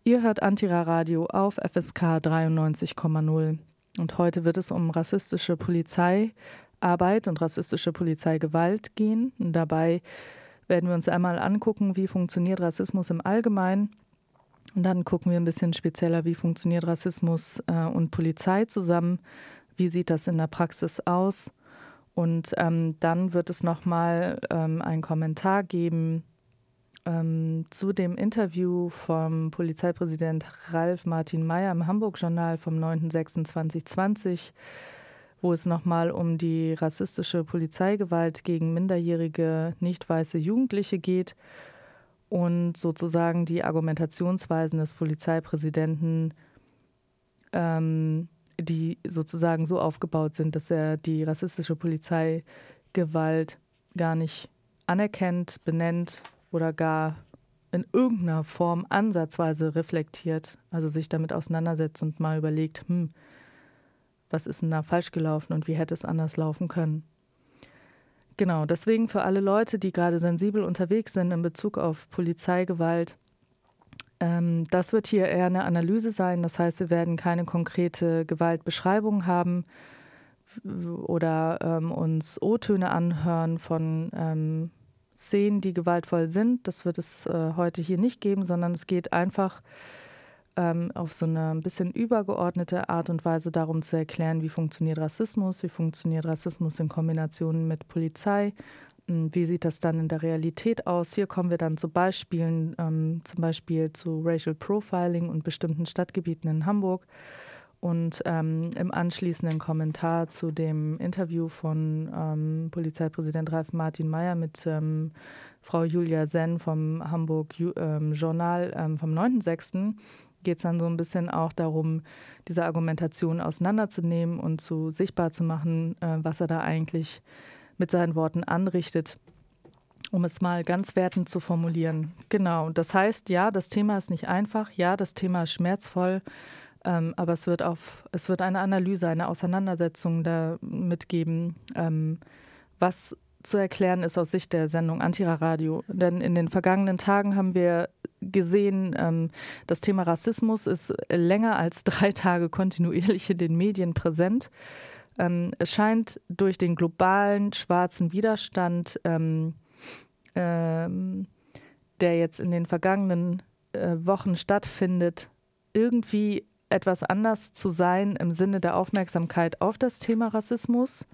Ihr hört Antira Radio auf FSK 93,0 und heute wird es um rassistische Polizeiarbeit und rassistische Polizeigewalt gehen. Und dabei werden wir uns einmal angucken, wie funktioniert Rassismus im Allgemeinen, und dann gucken wir ein bisschen spezieller, wie funktioniert Rassismus und Polizei zusammen, wie sieht das in der Praxis aus, und dann wird es nochmal einen Kommentar geben zu dem Interview vom Polizeipräsident Ralf Martin Meyer im Hamburg-Journal vom 9.06.2020, wo es nochmal um die rassistische Polizeigewalt gegen minderjährige, nicht weiße Jugendliche geht und sozusagen die Argumentationsweisen des Polizeipräsidenten, die sozusagen so aufgebaut sind, dass er die rassistische Polizeigewalt gar nicht anerkennt, benennt oder gar in irgendeiner Form ansatzweise reflektiert, also sich damit auseinandersetzt und mal überlegt, was ist denn da falsch gelaufen und wie hätte es anders laufen können. Genau, deswegen für alle Leute, die gerade sensibel unterwegs sind in Bezug auf Polizeigewalt, das wird hier eher eine Analyse sein. Das heißt, wir werden keine konkrete Gewaltbeschreibung haben oder uns O-Töne anhören von Szenen, die gewaltvoll sind. Das wird es heute hier nicht geben, sondern es geht einfach auf so eine ein bisschen übergeordnete Art und Weise darum zu erklären, wie funktioniert Rassismus in Kombination mit Polizei, wie sieht das dann in der Realität aus. Hier kommen wir dann zu Beispielen, zum Beispiel zu Racial Profiling und bestimmten Stadtgebieten in Hamburg. Und im anschließenden Kommentar zu dem Interview von Polizeipräsident Ralf Martin Meyer mit Frau Julia Senn vom Hamburg-Journal vom 9.06. geht es dann so ein bisschen auch darum, diese Argumentation auseinanderzunehmen und sichtbar zu machen, was er da eigentlich mit seinen Worten anrichtet, um es mal ganz wertend zu formulieren. Genau, das heißt, ja, das Thema ist nicht einfach, ja, das Thema ist schmerzvoll, aber es wird eine Analyse, eine Auseinandersetzung damit geben, was zu erklären ist aus Sicht der Sendung Antira Radio. Denn in den vergangenen Tagen haben wir gesehen, das Thema Rassismus ist länger als 3 Tage kontinuierlich in den Medien präsent. Es scheint durch den globalen schwarzen Widerstand, der jetzt in den vergangenen Wochen stattfindet, irgendwie etwas anders zu sein im Sinne der Aufmerksamkeit auf das Thema Rassismus.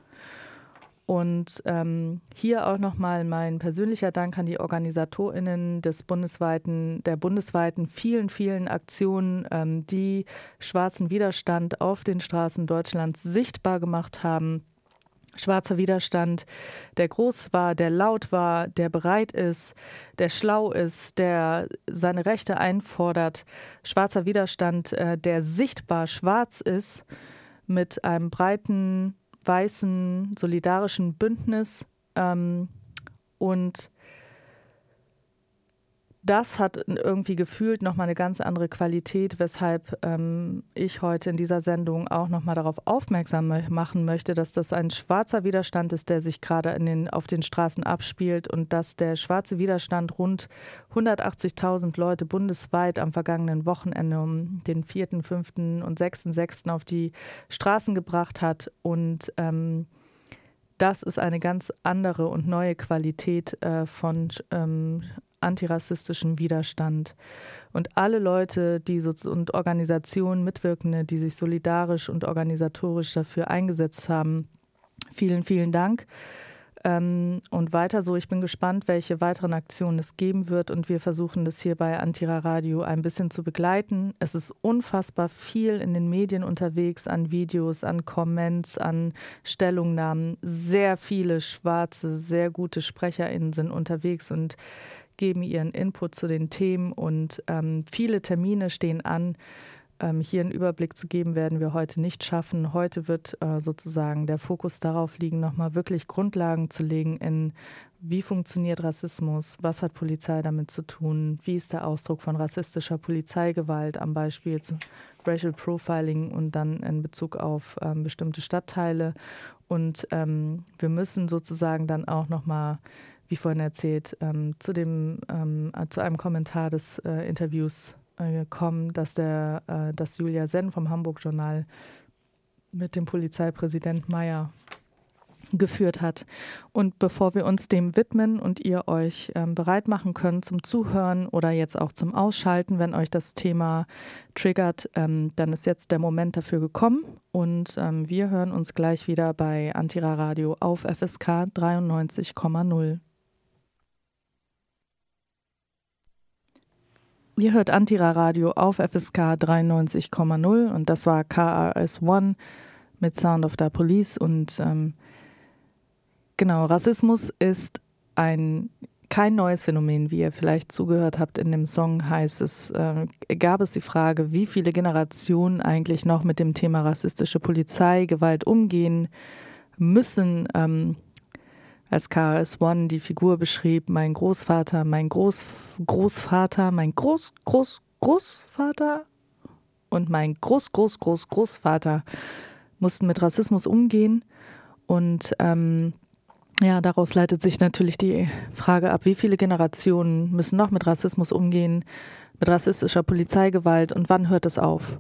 Und hier auch nochmal mein persönlicher Dank an die OrganisatorInnen der bundesweiten vielen, vielen Aktionen, die schwarzen Widerstand auf den Straßen Deutschlands sichtbar gemacht haben. Schwarzer Widerstand, der groß war, der laut war, der bereit ist, der schlau ist, der seine Rechte einfordert. Schwarzer Widerstand, der sichtbar schwarz ist, mit einem breiten, weißen, solidarischen Bündnis. Und das hat irgendwie gefühlt nochmal eine ganz andere Qualität, weshalb ich heute in dieser Sendung auch nochmal darauf aufmerksam machen möchte, dass das ein schwarzer Widerstand ist, der sich gerade auf den Straßen abspielt, und dass der schwarze Widerstand rund 180.000 Leute bundesweit am vergangenen Wochenende um den 4., 5. und 6.6. auf die Straßen gebracht hat. Und das ist eine ganz andere und neue Qualität von antirassistischem Widerstand. Und alle Leute, und Organisationen, Mitwirkende, die sich solidarisch und organisatorisch dafür eingesetzt haben, vielen, vielen Dank. Und weiter so, ich bin gespannt, welche weiteren Aktionen es geben wird, und wir versuchen das hier bei Antira Radio ein bisschen zu begleiten. Es ist unfassbar viel in den Medien unterwegs, an Videos, an Comments, an Stellungnahmen. Sehr viele schwarze, sehr gute SprecherInnen sind unterwegs und geben ihren Input zu den Themen, und viele Termine stehen an. Hier einen Überblick zu geben, werden wir heute nicht schaffen. Heute wird sozusagen der Fokus darauf liegen, nochmal wirklich Grundlagen zu legen in, wie funktioniert Rassismus, was hat Polizei damit zu tun, wie ist der Ausdruck von rassistischer Polizeigewalt am Beispiel zu Racial Profiling und dann in Bezug auf bestimmte Stadtteile. Und wir müssen sozusagen dann auch nochmal, wie vorhin erzählt, zu einem Kommentar des Interviews kommen, dass Julia Senn vom Hamburg-Journal mit dem Polizeipräsident Meyer geführt hat. Und bevor wir uns dem widmen und ihr euch bereit machen könnt zum Zuhören oder jetzt auch zum Ausschalten, wenn euch das Thema triggert, dann ist jetzt der Moment dafür gekommen und wir hören uns gleich wieder bei Antira Radio auf FSK 93,0. Ihr hört Antira Radio auf FSK 93,0 und das war KRS-One mit Sound of the Police und genau, Rassismus ist kein neues Phänomen, wie ihr vielleicht zugehört habt. In dem Song gab es die Frage, wie viele Generationen eigentlich noch mit dem Thema rassistische Polizeigewalt umgehen müssen. Als KRS-One die Figur beschrieb, mein Großvater, mein Großvater, mein Großvater und mein Großvater mussten mit Rassismus umgehen und daraus leitet sich natürlich die Frage ab, wie viele Generationen müssen noch mit Rassismus umgehen, mit rassistischer Polizeigewalt und wann hört es auf?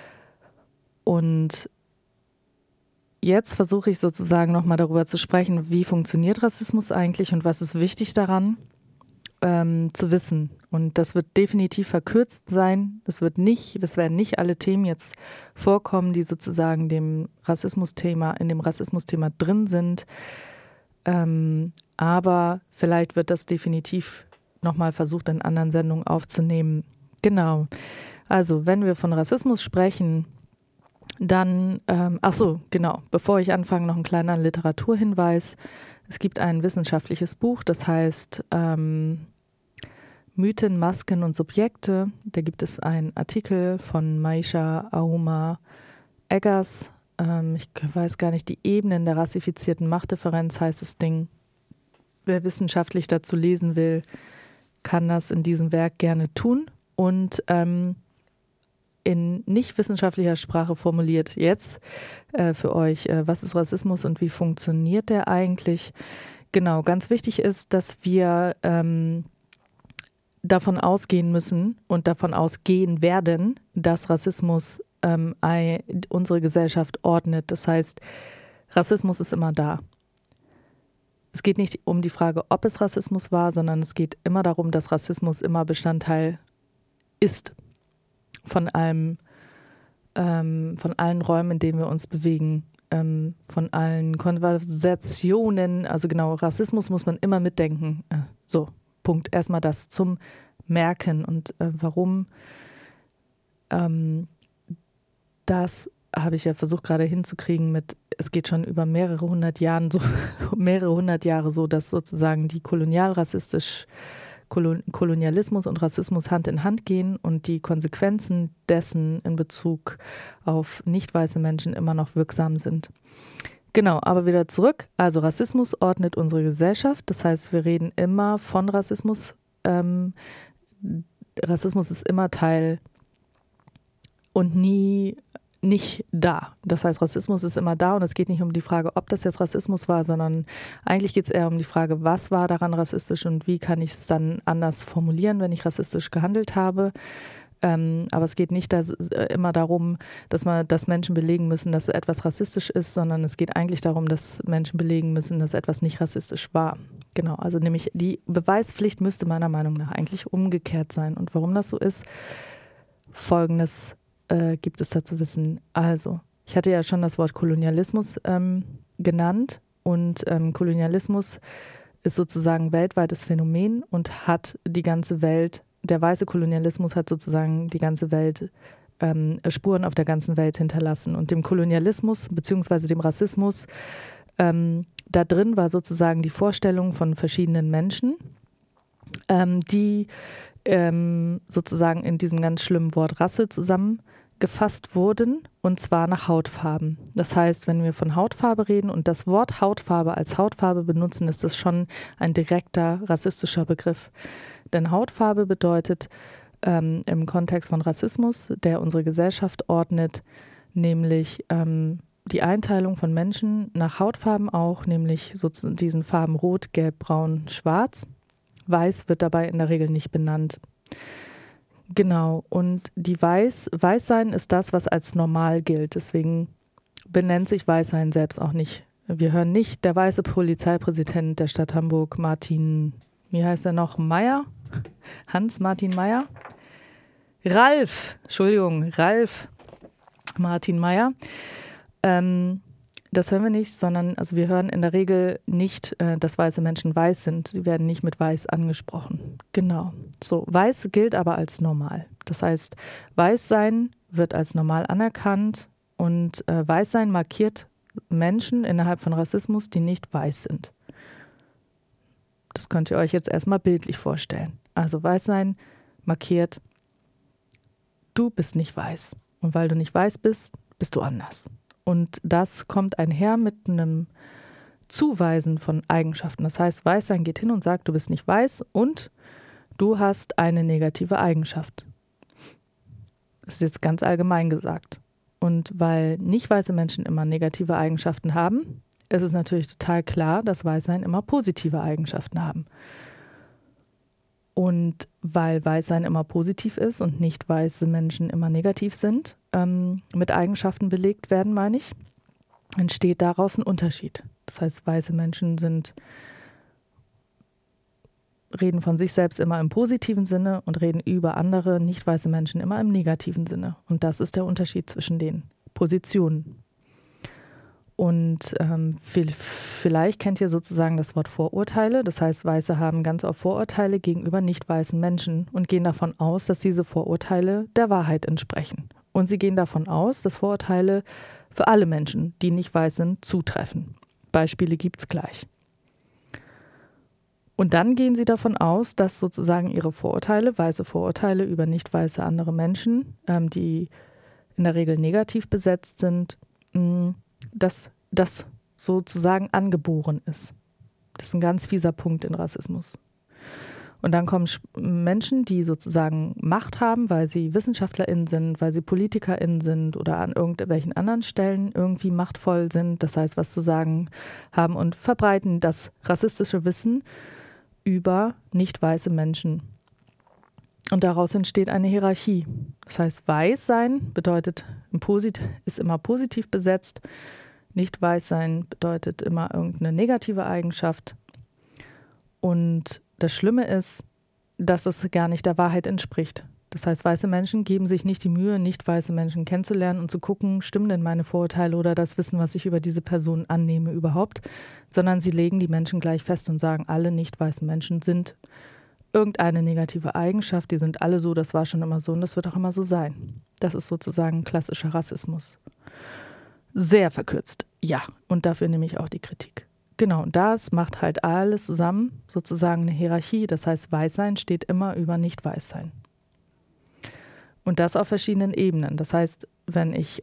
Und jetzt versuche ich sozusagen nochmal darüber zu sprechen, wie funktioniert Rassismus eigentlich und was ist wichtig daran zu wissen. Und das wird definitiv verkürzt sein. Es werden nicht alle Themen jetzt vorkommen, die sozusagen in dem Rassismusthema drin sind. Aber vielleicht wird das definitiv nochmal versucht, in anderen Sendungen aufzunehmen. Genau. Also, wenn wir von Rassismus sprechen, dann, bevor ich anfange, noch ein kleiner Literaturhinweis. Es gibt ein wissenschaftliches Buch, das heißt Mythen, Masken und Subjekte. Da gibt es einen Artikel von Maisha Aouma Eggers. Ich weiß gar nicht, die Ebenen der rassifizierten Machtdifferenz heißt das Ding. Wer wissenschaftlich dazu lesen will, kann das in diesem Werk gerne tun. Und in nicht wissenschaftlicher Sprache formuliert jetzt für euch, was ist Rassismus und wie funktioniert der eigentlich? Genau, ganz wichtig ist, dass wir davon ausgehen müssen und davon ausgehen werden, dass Rassismus unsere Gesellschaft ordnet. Das heißt, Rassismus ist immer da. Es geht nicht um die Frage, ob es Rassismus war, sondern es geht immer darum, dass Rassismus immer Bestandteil ist von allen Räumen, in denen wir uns bewegen, von allen Konversationen. Also genau, Rassismus muss man immer mitdenken. So, Punkt. Erstmal das zum Merken und warum. Das habe ich ja versucht gerade hinzukriegen es geht schon über mehrere hundert Jahre so, dass sozusagen die Kolonialismus und Rassismus Hand in Hand gehen und die Konsequenzen dessen in Bezug auf nicht weiße Menschen immer noch wirksam sind. Genau, aber wieder zurück. Also Rassismus ordnet unsere Gesellschaft. Das heißt, wir reden immer von Rassismus. Rassismus ist immer Teil und nie nicht da. Das heißt, Rassismus ist immer da und es geht nicht um die Frage, ob das jetzt Rassismus war, sondern eigentlich geht es eher um die Frage, was war daran rassistisch und wie kann ich es dann anders formulieren, wenn ich rassistisch gehandelt habe. Aber es geht nicht immer darum, dass Menschen belegen müssen, dass etwas rassistisch ist, sondern es geht eigentlich darum, dass Menschen belegen müssen, dass etwas nicht rassistisch war. Genau, also nämlich die Beweispflicht müsste meiner Meinung nach eigentlich umgekehrt sein. Und warum das so ist, Folgendes gibt es da zu wissen. Also, ich hatte ja schon das Wort Kolonialismus genannt und Kolonialismus ist sozusagen ein weltweites Phänomen und hat die ganze Welt, der weiße Kolonialismus hat sozusagen die ganze Welt, Spuren auf der ganzen Welt hinterlassen. Und dem Kolonialismus bzw. dem Rassismus, da drin war sozusagen die Vorstellung von verschiedenen Menschen, die sozusagen in diesem ganz schlimmen Wort Rasse zusammengefasst wurden, und zwar nach Hautfarben. Das heißt, wenn wir von Hautfarbe reden und das Wort Hautfarbe als Hautfarbe benutzen, ist das schon ein direkter rassistischer Begriff. Denn Hautfarbe bedeutet im Kontext von Rassismus, der unsere Gesellschaft ordnet, nämlich die Einteilung von Menschen nach Hautfarben auch, nämlich diesen Farben Rot, Gelb, Braun, Schwarz. Weiß wird dabei in der Regel nicht benannt. Genau, und die Weißsein ist das, was als normal gilt. Deswegen benennt sich Weißsein selbst auch nicht. Wir hören nicht der weiße Polizeipräsident der Stadt Hamburg, Martin, wie heißt er noch, Meyer? Hans-Martin Meyer? Ralf Martin Meyer. Das hören wir nicht, sondern also wir hören in der Regel nicht, dass weiße Menschen weiß sind. Sie werden nicht mit weiß angesprochen. Genau. So, weiß gilt aber als normal. Das heißt, Weißsein wird als normal anerkannt und Weißsein markiert Menschen innerhalb von Rassismus, die nicht weiß sind. Das könnt ihr euch jetzt erstmal bildlich vorstellen. Also Weißsein markiert, du bist nicht weiß. Und weil du nicht weiß bist, bist du anders. Und das kommt einher mit einem Zuweisen von Eigenschaften. Das heißt, Weißsein geht hin und sagt, du bist nicht weiß und du hast eine negative Eigenschaft. Das ist jetzt ganz allgemein gesagt. Und weil nicht weiße Menschen immer negative Eigenschaften haben, ist es natürlich total klar, dass Weißsein immer positive Eigenschaften haben. Und weil Weißsein immer positiv ist und nicht weiße Menschen immer negativ sind, mit Eigenschaften belegt werden, meine ich, entsteht daraus ein Unterschied. Das heißt, weiße Menschen reden von sich selbst immer im positiven Sinne und reden über andere nicht weiße Menschen immer im negativen Sinne. Und das ist der Unterschied zwischen den Positionen. Und vielleicht kennt ihr sozusagen das Wort Vorurteile. Das heißt, Weiße haben ganz oft Vorurteile gegenüber nicht weißen Menschen und gehen davon aus, dass diese Vorurteile der Wahrheit entsprechen. Und sie gehen davon aus, dass Vorurteile für alle Menschen, die nicht weiß sind, zutreffen. Beispiele gibt es gleich. Und dann gehen sie davon aus, dass sozusagen ihre Vorurteile, weiße Vorurteile über nicht weiße andere Menschen, die in der Regel negativ besetzt sind, dass das sozusagen angeboren ist. Das ist ein ganz fieser Punkt in Rassismus. Und dann kommen Menschen, die sozusagen Macht haben, weil sie WissenschaftlerInnen sind, weil sie PolitikerInnen sind oder an irgendwelchen anderen Stellen irgendwie machtvoll sind, das heißt, was zu sagen haben und verbreiten das rassistische Wissen über nicht weiße Menschen. Und daraus entsteht eine Hierarchie. Das heißt, weiß sein bedeutet, ist immer positiv besetzt. Nicht weiß sein bedeutet immer irgendeine negative Eigenschaft. Und das Schlimme ist, dass es gar nicht der Wahrheit entspricht. Das heißt, weiße Menschen geben sich nicht die Mühe, nicht weiße Menschen kennenzulernen und zu gucken, stimmen denn meine Vorurteile oder das Wissen, was ich über diese Person annehme, überhaupt, sondern sie legen die Menschen gleich fest und sagen, alle nicht weißen Menschen sind irgendeine negative Eigenschaft, die sind alle so, das war schon immer so und das wird auch immer so sein. Das ist sozusagen klassischer Rassismus. Sehr verkürzt, ja, und dafür nehme ich auch die Kritik. Genau, und das macht halt alles zusammen, sozusagen eine Hierarchie, das heißt, Weißsein steht immer über Nicht-Weißsein. Und das auf verschiedenen Ebenen. Das heißt, wenn ich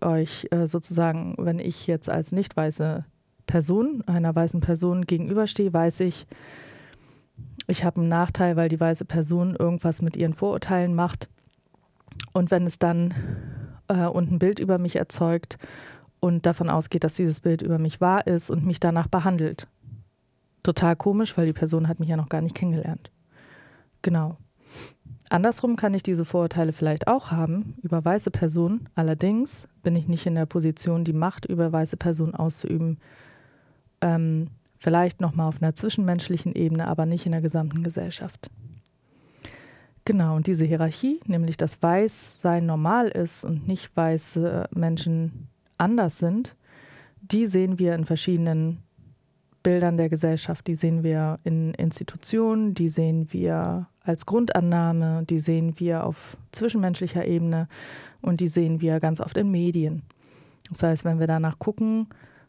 jetzt als nicht weiße Person, einer weißen Person gegenüberstehe, weiß ich, ich habe einen Nachteil, weil die weiße Person irgendwas mit ihren Vorurteilen macht. Und wenn es dann und ein Bild über mich erzeugt und davon ausgeht, dass dieses Bild über mich wahr ist und mich danach behandelt. Total komisch, weil die Person hat mich ja noch gar nicht kennengelernt. Genau. Andersrum kann ich diese Vorurteile vielleicht auch haben über weiße Personen. Allerdings bin ich nicht in der Position, die Macht über weiße Personen auszuüben. Vielleicht nochmal auf einer zwischenmenschlichen Ebene, aber nicht in der gesamten Gesellschaft. Genau, und diese Hierarchie, nämlich dass Weißsein normal ist und nicht weiße Menschen anders sind, die sehen wir in verschiedenen Bildern der Gesellschaft. Die sehen wir in Institutionen, die sehen wir als Grundannahme, die sehen wir auf zwischenmenschlicher Ebene und die sehen wir ganz oft in Medien. Das heißt, wenn wir danach gucken,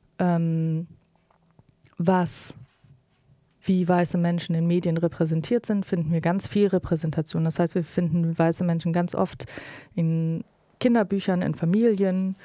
wie weiße Menschen in Medien repräsentiert sind, finden wir ganz viel Repräsentation. Das heißt, wir finden weiße Menschen ganz oft in Kinderbüchern, in Familien,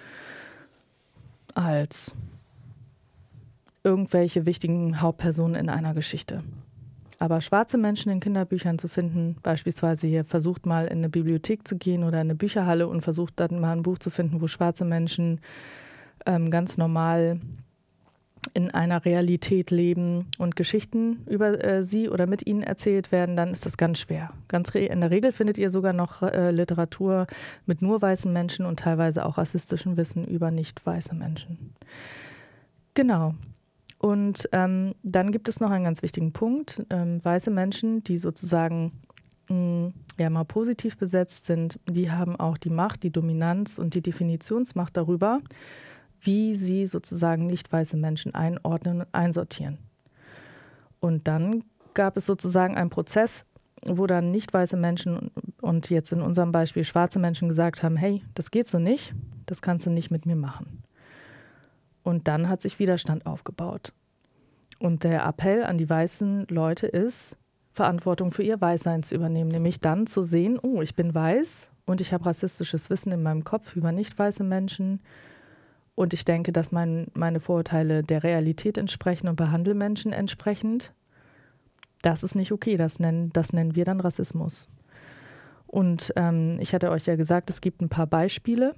als irgendwelche wichtigen Hauptpersonen in einer Geschichte. Aber schwarze Menschen in Kinderbüchern zu finden, beispielsweise hier versucht mal in eine Bibliothek zu gehen oder in eine Bücherhalle und versucht dann mal ein Buch zu finden, wo schwarze Menschen ganz normal in einer Realität leben und Geschichten über sie oder mit ihnen erzählt werden, dann ist das ganz schwer. In der Regel findet ihr sogar noch Literatur mit nur weißen Menschen und teilweise auch rassistischem Wissen über nicht weiße Menschen. Genau. Und dann gibt es noch einen ganz wichtigen Punkt. Weiße Menschen, die sozusagen mal positiv besetzt sind, die haben auch die Macht, die Dominanz und die Definitionsmacht darüber, wie sie sozusagen nicht weiße Menschen einordnen und einsortieren. Und dann gab es sozusagen einen Prozess, wo dann nicht weiße Menschen und jetzt in unserem Beispiel schwarze Menschen gesagt haben, hey, das geht so nicht, das kannst du nicht mit mir machen. Und dann hat sich Widerstand aufgebaut. Und der Appell an die weißen Leute ist, Verantwortung für ihr Weißsein zu übernehmen, nämlich dann zu sehen, oh, ich bin weiß und ich habe rassistisches Wissen in meinem Kopf über nicht weiße Menschen. Und ich denke, dass meine Vorurteile der Realität entsprechen und behandle Menschen entsprechend. Das ist nicht okay, das nennen wir dann Rassismus. Und ich hatte euch ja gesagt, es gibt ein paar Beispiele.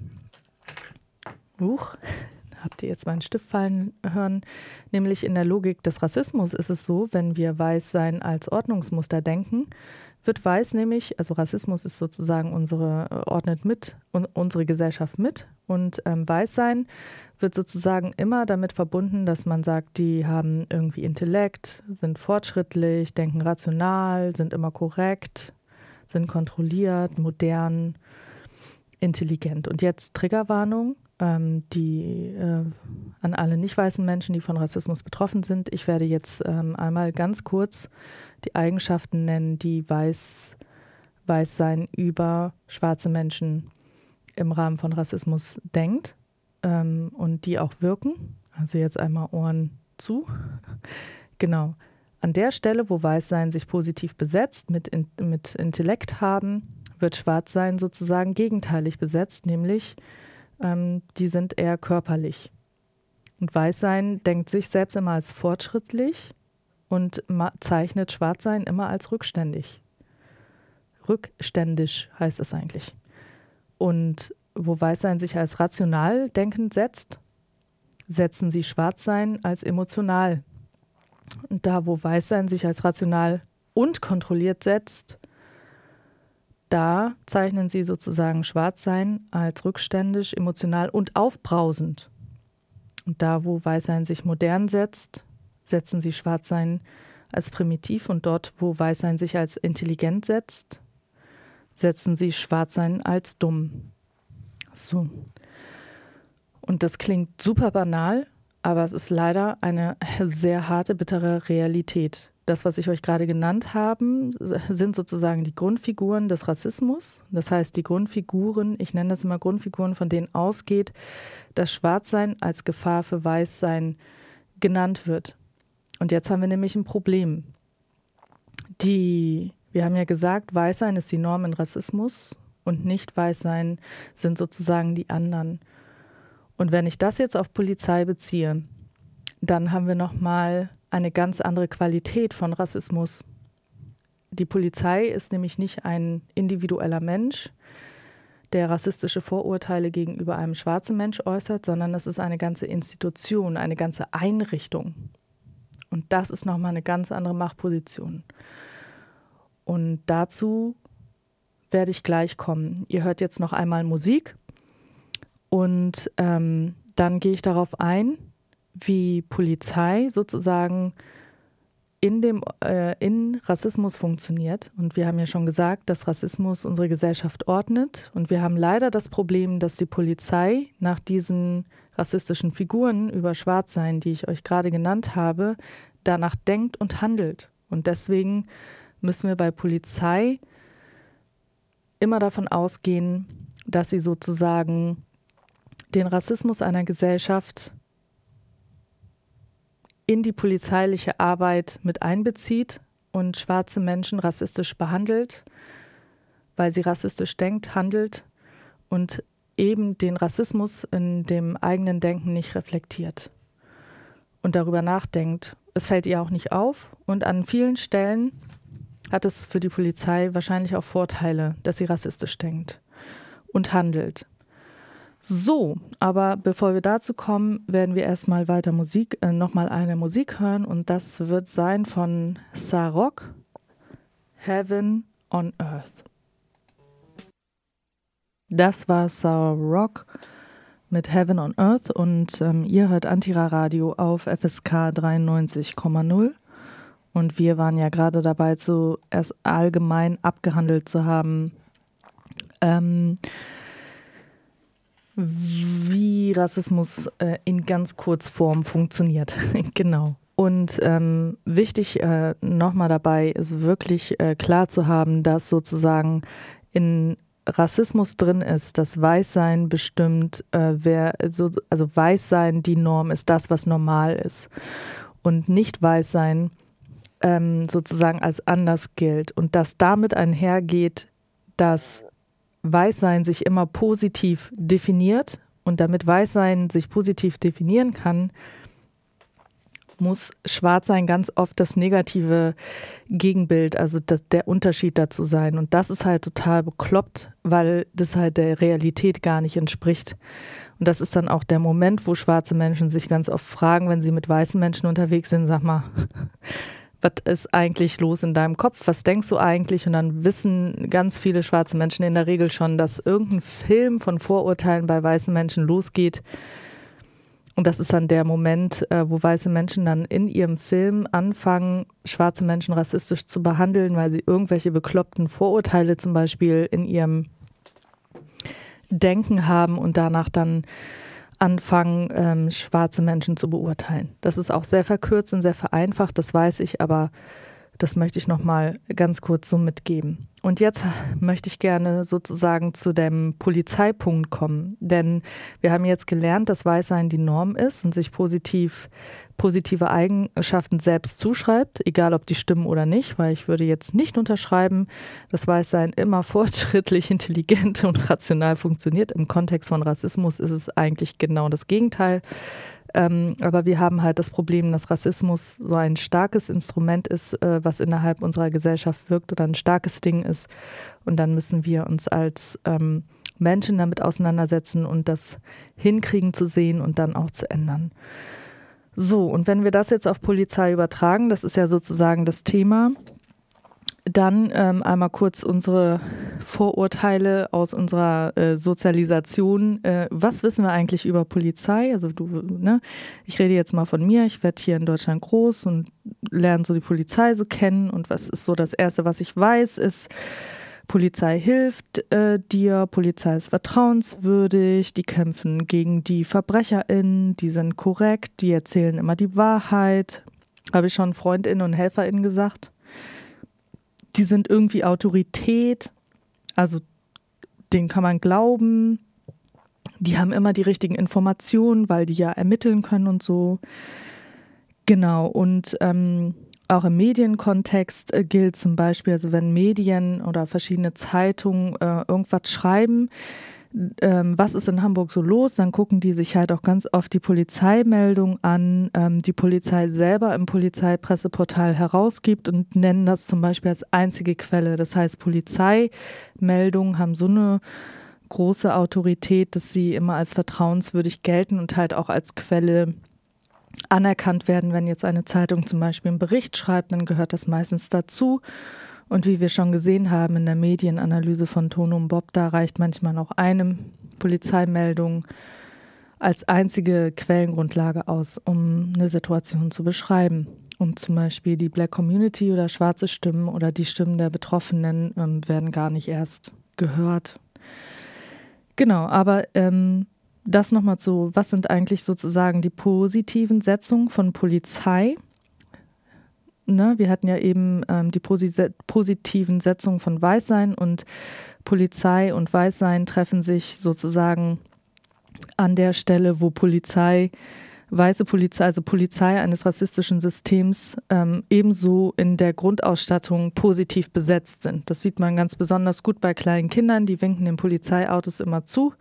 Habt ihr jetzt meinen Stift fallen hören? Nämlich in der Logik des Rassismus ist es so, wenn wir Weißsein als Ordnungsmuster denken, wird Weiß nämlich, also Rassismus ist sozusagen ordnet mit unsere Gesellschaft mit und Weißsein wird sozusagen immer damit verbunden, dass man sagt, die haben irgendwie Intellekt, sind fortschrittlich, denken rational, sind immer korrekt, sind kontrolliert, modern, intelligent. Und jetzt Triggerwarnung, an alle nicht weißen Menschen, die von Rassismus betroffen sind. Ich werde jetzt einmal ganz kurz die Eigenschaften nennen, die Weißsein über schwarze Menschen im Rahmen von Rassismus denkt und die auch wirken. Also jetzt einmal Ohren zu. Genau. An der Stelle, wo Weißsein sich positiv besetzt, mit Intellekt haben, wird Schwarzsein sozusagen gegenteilig besetzt, nämlich die sind eher körperlich. Und Weißsein denkt sich selbst immer als fortschrittlich und zeichnet Schwarzsein immer als rückständig. Rückständisch heißt es eigentlich. Und wo Weißsein sich als rational denkend setzt, setzen sie Schwarzsein als emotional. Und da, wo Weißsein sich als rational und kontrolliert setzt, da zeichnen sie sozusagen Schwarzsein als rückständisch, emotional und aufbrausend. Und da, wo Weißsein sich modern setzt, setzen sie Schwarzsein als primitiv. Und dort, wo Weißsein sich als intelligent setzt, setzen sie Schwarzsein als dumm. So. Und das klingt super banal, aber es ist leider eine sehr harte, bittere Realität. Das, was ich euch gerade genannt habe, sind sozusagen die Grundfiguren des Rassismus. Das heißt, die Grundfiguren, ich nenne das immer Grundfiguren, von denen ausgeht, dass Schwarzsein als Gefahr für Weißsein genannt wird. Und jetzt haben wir nämlich ein Problem. Wir haben ja gesagt, Weißsein ist die Norm in Rassismus und Nicht-Weißsein sind sozusagen die anderen. Und wenn ich das jetzt auf Polizei beziehe, dann haben wir nochmal eine ganz andere Qualität von Rassismus. Die Polizei ist nämlich nicht ein individueller Mensch, der rassistische Vorurteile gegenüber einem schwarzen Mensch äußert, sondern es ist eine ganze Institution, eine ganze Einrichtung. Und das ist nochmal eine ganz andere Machtposition. Und dazu werde ich gleich kommen. Ihr hört jetzt noch einmal Musik und dann gehe ich darauf ein, wie Polizei sozusagen in Rassismus funktioniert. Und wir haben ja schon gesagt, dass Rassismus unsere Gesellschaft ordnet. Und wir haben leider das Problem, dass die Polizei nach diesen rassistischen Figuren über Schwarzsein, die ich euch gerade genannt habe, danach denkt und handelt. Und deswegen müssen wir bei Polizei immer davon ausgehen, dass sie sozusagen den Rassismus einer Gesellschaft in die polizeiliche Arbeit mit einbezieht und schwarze Menschen rassistisch behandelt, weil sie rassistisch denkt, handelt und eben den Rassismus in dem eigenen Denken nicht reflektiert und darüber nachdenkt. Es fällt ihr auch nicht auf und an vielen Stellen hat es für die Polizei wahrscheinlich auch Vorteile, dass sie rassistisch denkt und handelt. So, aber bevor wir dazu kommen, werden wir erstmal weiter nochmal eine Musik hören und das wird sein von Sarok, Heaven on Earth. Das war Sarok mit Heaven on Earth und ihr hört Antira Radio auf FSK 93,0 und wir waren ja gerade dabei, erst allgemein abgehandelt zu haben, wie Rassismus in ganz Kurzform funktioniert. Genau. Und wichtig nochmal dabei ist wirklich klar zu haben, dass sozusagen in Rassismus drin ist, dass Weißsein bestimmt, also Weißsein die Norm ist, das, was normal ist. Und nicht Weißsein sozusagen als anders gilt. Und dass damit einhergeht, dass Weißsein sich immer positiv definiert und damit Weißsein sich positiv definieren kann, muss Schwarzsein ganz oft das negative Gegenbild, also der Unterschied dazu sein. Und das ist halt total bekloppt, weil das halt der Realität gar nicht entspricht. Und das ist dann auch der Moment, wo schwarze Menschen sich ganz oft fragen, wenn sie mit weißen Menschen unterwegs sind, sag mal, was ist eigentlich los in deinem Kopf? Was denkst du eigentlich? Und dann wissen ganz viele schwarze Menschen in der Regel schon, dass irgendein Film von Vorurteilen bei weißen Menschen losgeht. Und das ist dann der Moment, wo weiße Menschen dann in ihrem Film anfangen, schwarze Menschen rassistisch zu behandeln, weil sie irgendwelche bekloppten Vorurteile zum Beispiel in ihrem Denken haben und danach dann anfangen, schwarze Menschen zu beurteilen. Das ist auch sehr verkürzt und sehr vereinfacht, das weiß ich, aber das möchte ich nochmal ganz kurz so mitgeben. Und jetzt möchte ich gerne sozusagen zu dem Polizeipunkt kommen, denn wir haben jetzt gelernt, dass Weißsein die Norm ist und sich positive Eigenschaften selbst zuschreibt, egal ob die stimmen oder nicht, weil ich würde jetzt nicht unterschreiben, dass Weißsein immer fortschrittlich, intelligent und rational funktioniert. Im Kontext von Rassismus ist es eigentlich genau das Gegenteil. Aber wir haben halt das Problem, dass Rassismus so ein starkes Instrument ist, was innerhalb unserer Gesellschaft wirkt oder ein starkes Ding ist. Und dann müssen wir uns als Menschen damit auseinandersetzen und das hinkriegen zu sehen und dann auch zu ändern. So, und wenn wir das jetzt auf Polizei übertragen, das ist ja sozusagen das Thema, dann einmal kurz unsere Vorurteile aus unserer Sozialisation. Was wissen wir eigentlich über Polizei? Also ich rede jetzt mal von mir. Ich werde hier in Deutschland groß und lerne so die Polizei so kennen. Und was ist so das Erste, was ich weiß, ist, Polizei hilft dir, Polizei ist vertrauenswürdig, die kämpfen gegen die VerbrecherInnen, die sind korrekt, die erzählen immer die Wahrheit. Habe ich schon FreundInnen und HelferInnen gesagt? Die sind irgendwie Autorität, also denen kann man glauben. Die haben immer die richtigen Informationen, weil die ja ermitteln können und so. Genau, und auch im Medienkontext gilt zum Beispiel, also wenn Medien oder verschiedene Zeitungen irgendwas schreiben, was ist in Hamburg so los, dann gucken die sich halt auch ganz oft die Polizeimeldung an, die Polizei selber im Polizeipresseportal herausgibt und nennen das zum Beispiel als einzige Quelle. Das heißt, Polizeimeldungen haben so eine große Autorität, dass sie immer als vertrauenswürdig gelten und halt auch als Quelle anerkannt werden. Wenn jetzt eine Zeitung zum Beispiel einen Bericht schreibt, dann gehört das meistens dazu. Und wie wir schon gesehen haben in der Medienanalyse von Tono und Bob, da reicht manchmal auch eine Polizeimeldung als einzige Quellengrundlage aus, um eine Situation zu beschreiben. Und zum Beispiel die Black Community oder schwarze Stimmen oder die Stimmen der Betroffenen werden gar nicht erst gehört. Genau, aber das nochmal zu, was sind eigentlich sozusagen die positiven Setzungen von Polizei? Ne, wir hatten ja eben die positiven Setzungen von Weißsein und Polizei und Weißsein treffen sich sozusagen an der Stelle, wo weiße Polizei, also Polizei eines rassistischen Systems ebenso in der Grundausstattung positiv besetzt sind. Das sieht man ganz besonders gut bei kleinen Kindern, die winken den Polizeiautos immer zu.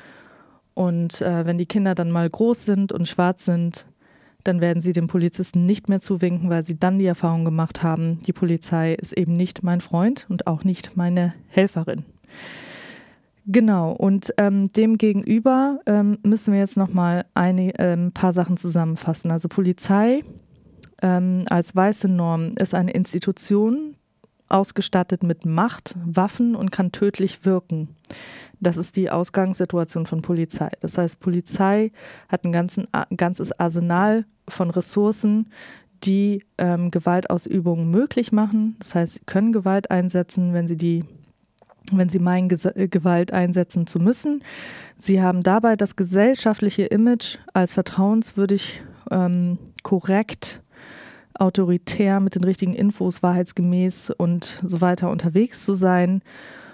Und wenn die Kinder dann mal groß sind und schwarz sind, dann werden sie dem Polizisten nicht mehr zuwinken, weil sie dann die Erfahrung gemacht haben, die Polizei ist eben nicht mein Freund und auch nicht meine Helferin. Genau, und dem gegenüber müssen wir jetzt nochmal ein paar Sachen zusammenfassen. Also Polizei als weiße Norm ist eine Institution, ausgestattet mit Macht, Waffen und kann tödlich wirken. Das ist die Ausgangssituation von Polizei. Das heißt, Polizei hat ein ganzes Arsenal von Ressourcen, die Gewaltausübung möglich machen. Das heißt, sie können Gewalt einsetzen, wenn sie meinen, Gewalt einsetzen zu müssen. Sie haben dabei das gesellschaftliche Image als vertrauenswürdig, korrekt, autoritär mit den richtigen Infos, wahrheitsgemäß und so weiter unterwegs zu sein.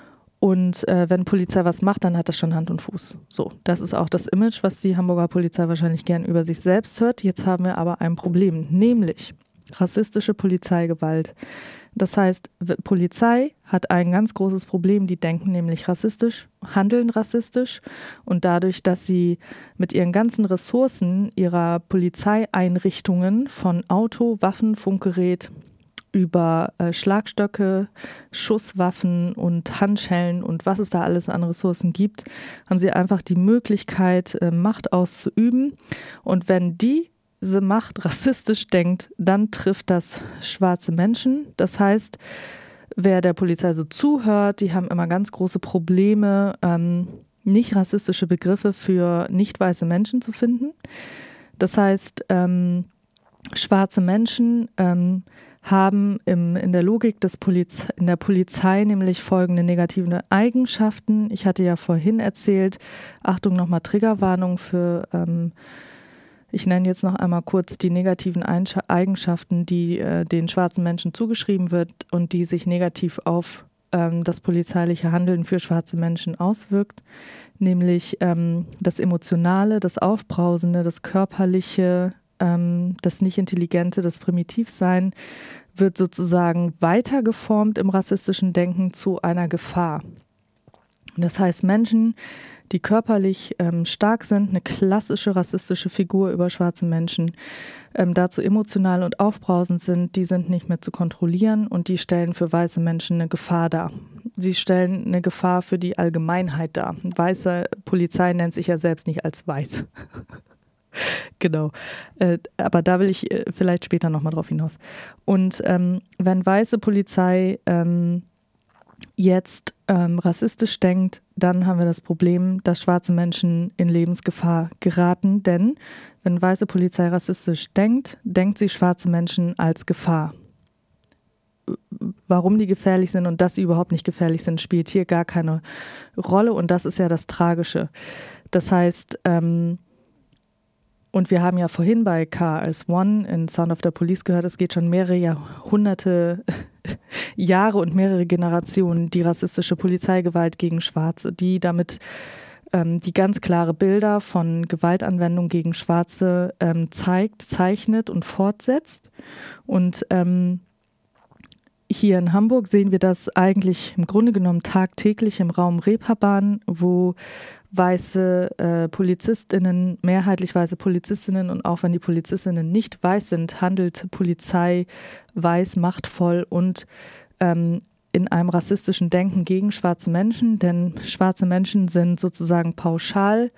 Und wenn Polizei was macht, dann hat das schon Hand und Fuß. So, das ist auch das Image, was die Hamburger Polizei wahrscheinlich gern über sich selbst hört. Jetzt haben wir aber ein Problem, nämlich rassistische Polizeigewalt. Das heißt, Polizei hat ein ganz großes Problem, die denken nämlich rassistisch, handeln rassistisch und dadurch, dass sie mit ihren ganzen Ressourcen ihrer Polizeieinrichtungen von Auto, Waffen, Funkgerät über Schlagstöcke, Schusswaffen und Handschellen und was es da alles an Ressourcen gibt, haben sie einfach die Möglichkeit, Macht auszuüben. Und wenn diese Macht rassistisch denkt, dann trifft das schwarze Menschen. Das heißt, wer der Polizei so zuhört, die haben immer ganz große Probleme, nicht rassistische Begriffe für nicht weiße Menschen zu finden. Das heißt, schwarze Menschen haben in der Logik in der Polizei nämlich folgende negative Eigenschaften. Ich hatte ja vorhin erzählt, Achtung, nochmal Triggerwarnung für ich nenne jetzt noch einmal kurz die negativen Eigenschaften, die den schwarzen Menschen zugeschrieben wird und die sich negativ auf das polizeiliche Handeln für schwarze Menschen auswirkt, nämlich das Emotionale, das Aufbrausende, das Körperliche, das Nicht-Intelligente, das Primitivsein wird sozusagen weitergeformt im rassistischen Denken zu einer Gefahr. Das heißt, Menschen, die körperlich stark sind, eine klassische rassistische Figur über schwarze Menschen, dazu emotional und aufbrausend sind, die sind nicht mehr zu kontrollieren und die stellen für weiße Menschen eine Gefahr dar. Sie stellen eine Gefahr für die Allgemeinheit dar. Weiße Polizei nennt sich ja selbst nicht als weiß. Genau, aber da will ich vielleicht später nochmal drauf hinaus. Und wenn weiße Polizei jetzt rassistisch denkt, dann haben wir das Problem, dass schwarze Menschen in Lebensgefahr geraten, denn wenn weiße Polizei rassistisch denkt, denkt sie schwarze Menschen als Gefahr. Warum die gefährlich sind und dass sie überhaupt nicht gefährlich sind, spielt hier gar keine Rolle und das ist ja das Tragische. Das heißt, und wir haben ja vorhin bei KRS-One in Sound of the Police gehört, es geht schon mehrere Jahrhunderte, Jahre und mehrere Generationen die rassistische Polizeigewalt gegen Schwarze, die damit die ganz klare Bilder von Gewaltanwendung gegen Schwarze zeichnet und fortsetzt. Und hier in Hamburg sehen wir das eigentlich im Grunde genommen tagtäglich im Raum Reeperbahn, wo weiße PolizistInnen, mehrheitlich weiße PolizistInnen und auch wenn die PolizistInnen nicht weiß sind, handelt Polizei weiß, machtvoll und in einem rassistischen Denken gegen schwarze Menschen, denn schwarze Menschen sind sozusagen pauschal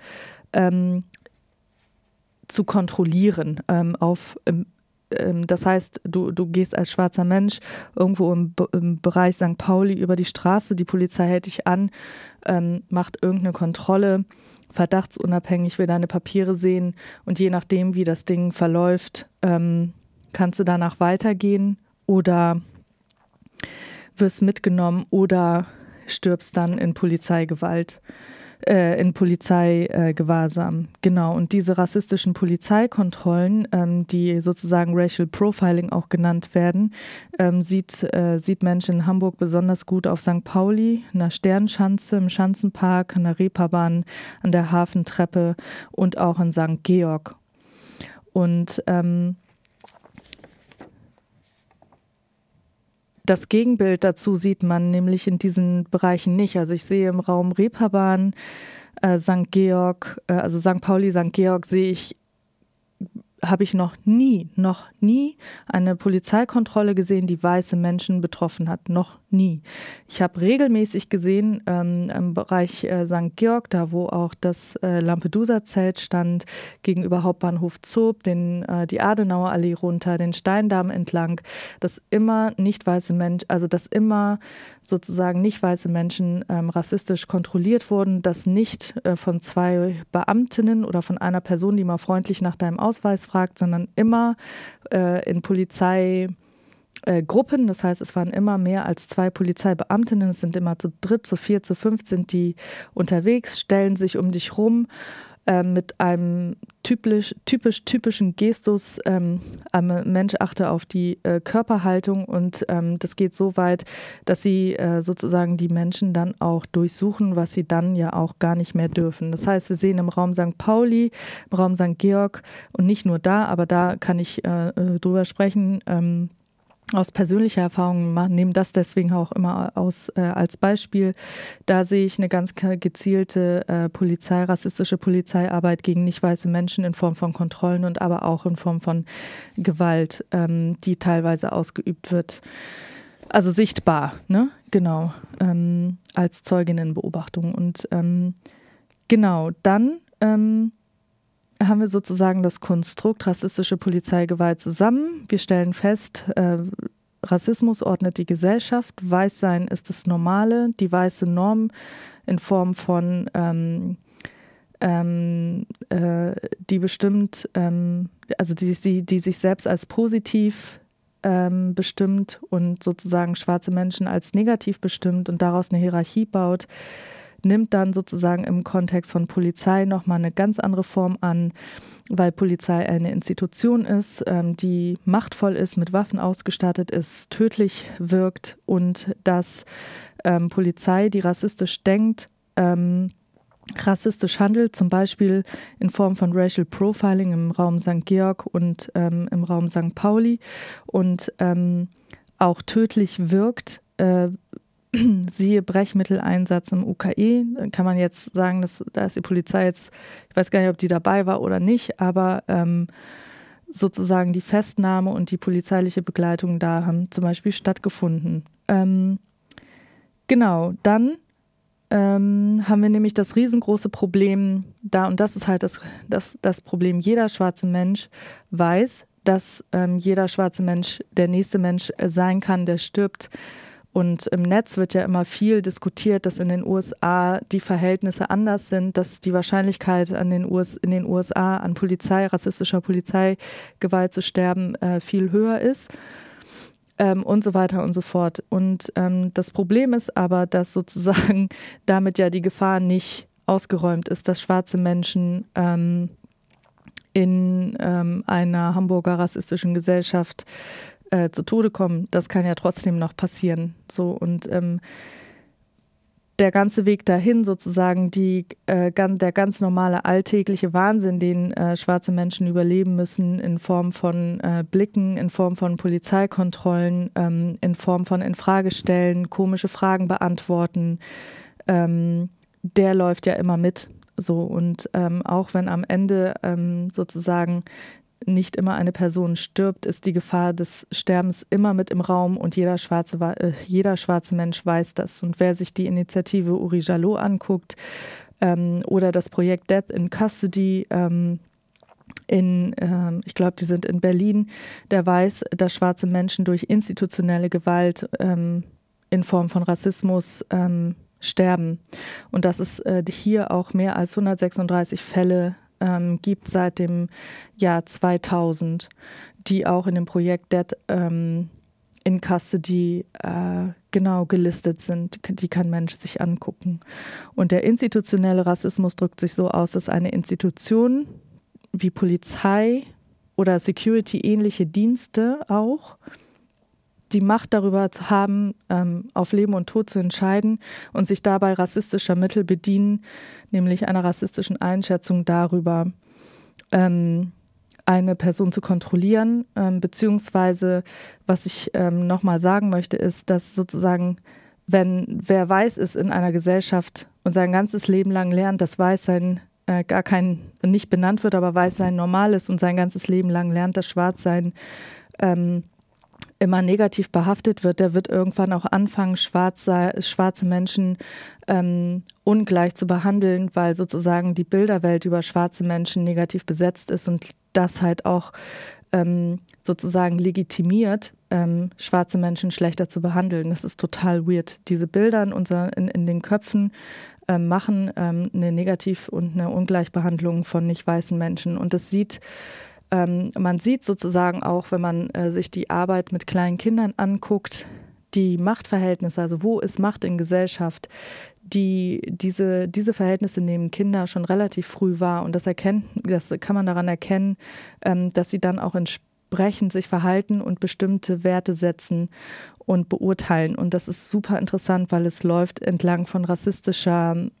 zu kontrollieren das heißt, du gehst als schwarzer Mensch irgendwo im Bereich St. Pauli über die Straße, die Polizei hält dich an, macht irgendeine Kontrolle, verdachtsunabhängig, will deine Papiere sehen und je nachdem, wie das Ding verläuft, kannst du danach weitergehen oder wirst mitgenommen oder stirbst dann in Polizeigewalt. In Polizeigewahrsam. Genau, und diese rassistischen Polizeikontrollen, die sozusagen Racial Profiling auch genannt werden, sieht Menschen in Hamburg besonders gut auf St. Pauli, in der Sternschanze, im Schanzenpark, an der Reeperbahn, an der Hafentreppe und auch in St. Georg. Und das Gegenbild dazu sieht man nämlich in diesen Bereichen nicht. Also ich sehe im Raum Reeperbahn, St. Georg, also St. Pauli, St. Georg sehe ich habe ich noch nie eine Polizeikontrolle gesehen, die weiße Menschen betroffen hat. Noch nie. Ich habe regelmäßig gesehen im Bereich St. Georg, da wo auch das Lampedusa-Zelt stand, gegenüber Hauptbahnhof Zob, die Adenauer Allee runter, den Steindamm entlang, dass immer nicht weiße Menschen, also dass immer sozusagen nicht weiße Menschen rassistisch kontrolliert wurden, dass nicht von zwei Beamtinnen oder von einer Person, die mal freundlich nach deinem Ausweis fragt, sondern immer in Polizeigruppen. Das heißt, es waren immer mehr als 2 Polizeibeamtinnen. Es sind immer zu 3, zu 4, zu 5 sind die unterwegs, stellen sich um dich rum mit einem typischen Gestus. Mensch achte auf die Körperhaltung und das geht so weit, dass sie sozusagen die Menschen dann auch durchsuchen, was sie dann ja auch gar nicht mehr dürfen. Das heißt, wir sehen im Raum St. Pauli, im Raum St. Georg und nicht nur da, aber da kann ich drüber sprechen, aus persönlicher Erfahrung, nehme das deswegen auch immer als Beispiel. Da sehe ich eine ganz gezielte rassistische Polizeiarbeit gegen nicht weiße Menschen in Form von Kontrollen und aber auch in Form von Gewalt, die teilweise ausgeübt wird. Also sichtbar, ne? Genau, als Zeuginnenbeobachtung. Und genau, dann haben wir sozusagen das Konstrukt rassistische Polizeigewalt zusammen. Wir stellen fest, Rassismus ordnet die Gesellschaft, Weißsein ist das Normale, die weiße Norm in Form von, die bestimmt, also die sich selbst als positiv bestimmt und sozusagen schwarze Menschen als negativ bestimmt und daraus eine Hierarchie baut, nimmt dann sozusagen im Kontext von Polizei nochmal eine ganz andere Form an, weil Polizei eine Institution ist, die machtvoll ist, mit Waffen ausgestattet ist, tödlich wirkt und dass Polizei, die rassistisch denkt, rassistisch handelt, zum Beispiel in Form von Racial Profiling im Raum St. Georg und im Raum St. Pauli und auch tödlich wirkt, siehe Brechmitteleinsatz im UKE, dann kann man jetzt sagen, da ist die Polizei jetzt, ich weiß gar nicht, ob die dabei war oder nicht, aber sozusagen die Festnahme und die polizeiliche Begleitung da haben zum Beispiel stattgefunden. Genau, dann haben wir nämlich das riesengroße Problem da, und das ist halt das Problem, jeder schwarze Mensch weiß, dass jeder schwarze Mensch der nächste Mensch sein kann, der stirbt. Und im Netz wird ja immer viel diskutiert, dass in den USA die Verhältnisse anders sind, dass die Wahrscheinlichkeit in den USA an rassistischer Polizeigewalt zu sterben viel höher ist und so weiter und so fort. Und das Problem ist aber, dass sozusagen damit ja die Gefahr nicht ausgeräumt ist, dass schwarze Menschen in einer Hamburger rassistischen Gesellschaft zu Tode kommen. Das kann ja trotzdem noch passieren. So, und der ganze Weg dahin sozusagen, der ganz normale alltägliche Wahnsinn, den schwarze Menschen überleben müssen in Form von Blicken, in Form von Polizeikontrollen, in Form von Infragestellen, komische Fragen beantworten, der läuft ja immer mit. So, und auch wenn am Ende sozusagen nicht immer eine Person stirbt, ist die Gefahr des Sterbens immer mit im Raum und jeder schwarze Mensch weiß das. Und wer sich die Initiative Uri Jalloh anguckt oder das Projekt Death in Custody ich glaube, die sind in Berlin, der weiß, dass schwarze Menschen durch institutionelle Gewalt in Form von Rassismus sterben. Und dass es hier auch mehr als 136 Fälle gibt seit dem Jahr 2000, die auch in dem Projekt Death in Custody genau gelistet sind. Die kann Mensch sich angucken. Und der institutionelle Rassismus drückt sich so aus, dass eine Institution wie Polizei oder Security-ähnliche Dienste auch die Macht darüber zu haben, auf Leben und Tod zu entscheiden und sich dabei rassistischer Mittel bedienen, nämlich einer rassistischen Einschätzung darüber, eine Person zu kontrollieren, beziehungsweise, was ich nochmal sagen möchte, ist, dass sozusagen, wer weiß ist in einer Gesellschaft und sein ganzes Leben lang lernt, dass Weißsein nicht benannt wird, aber Weißsein normal ist und sein ganzes Leben lang lernt, dass Schwarzsein immer negativ behaftet wird, der wird irgendwann auch anfangen, schwarze Menschen ungleich zu behandeln, weil sozusagen die Bilderwelt über schwarze Menschen negativ besetzt ist und das halt auch sozusagen legitimiert, schwarze Menschen schlechter zu behandeln. Das ist total weird. Diese Bilder in den Köpfen machen eine Negativ- und eine Ungleichbehandlung von nicht weißen Menschen. Und man sieht sozusagen auch, wenn man sich die Arbeit mit kleinen Kindern anguckt, die Machtverhältnisse, also wo ist Macht in Gesellschaft, diese Verhältnisse nehmen Kinder schon relativ früh wahr und das kann man daran erkennen, dass sie dann auch entsprechend sich verhalten und bestimmte Werte setzen und beurteilen. Und das ist super interessant, weil es läuft entlang von rassistischem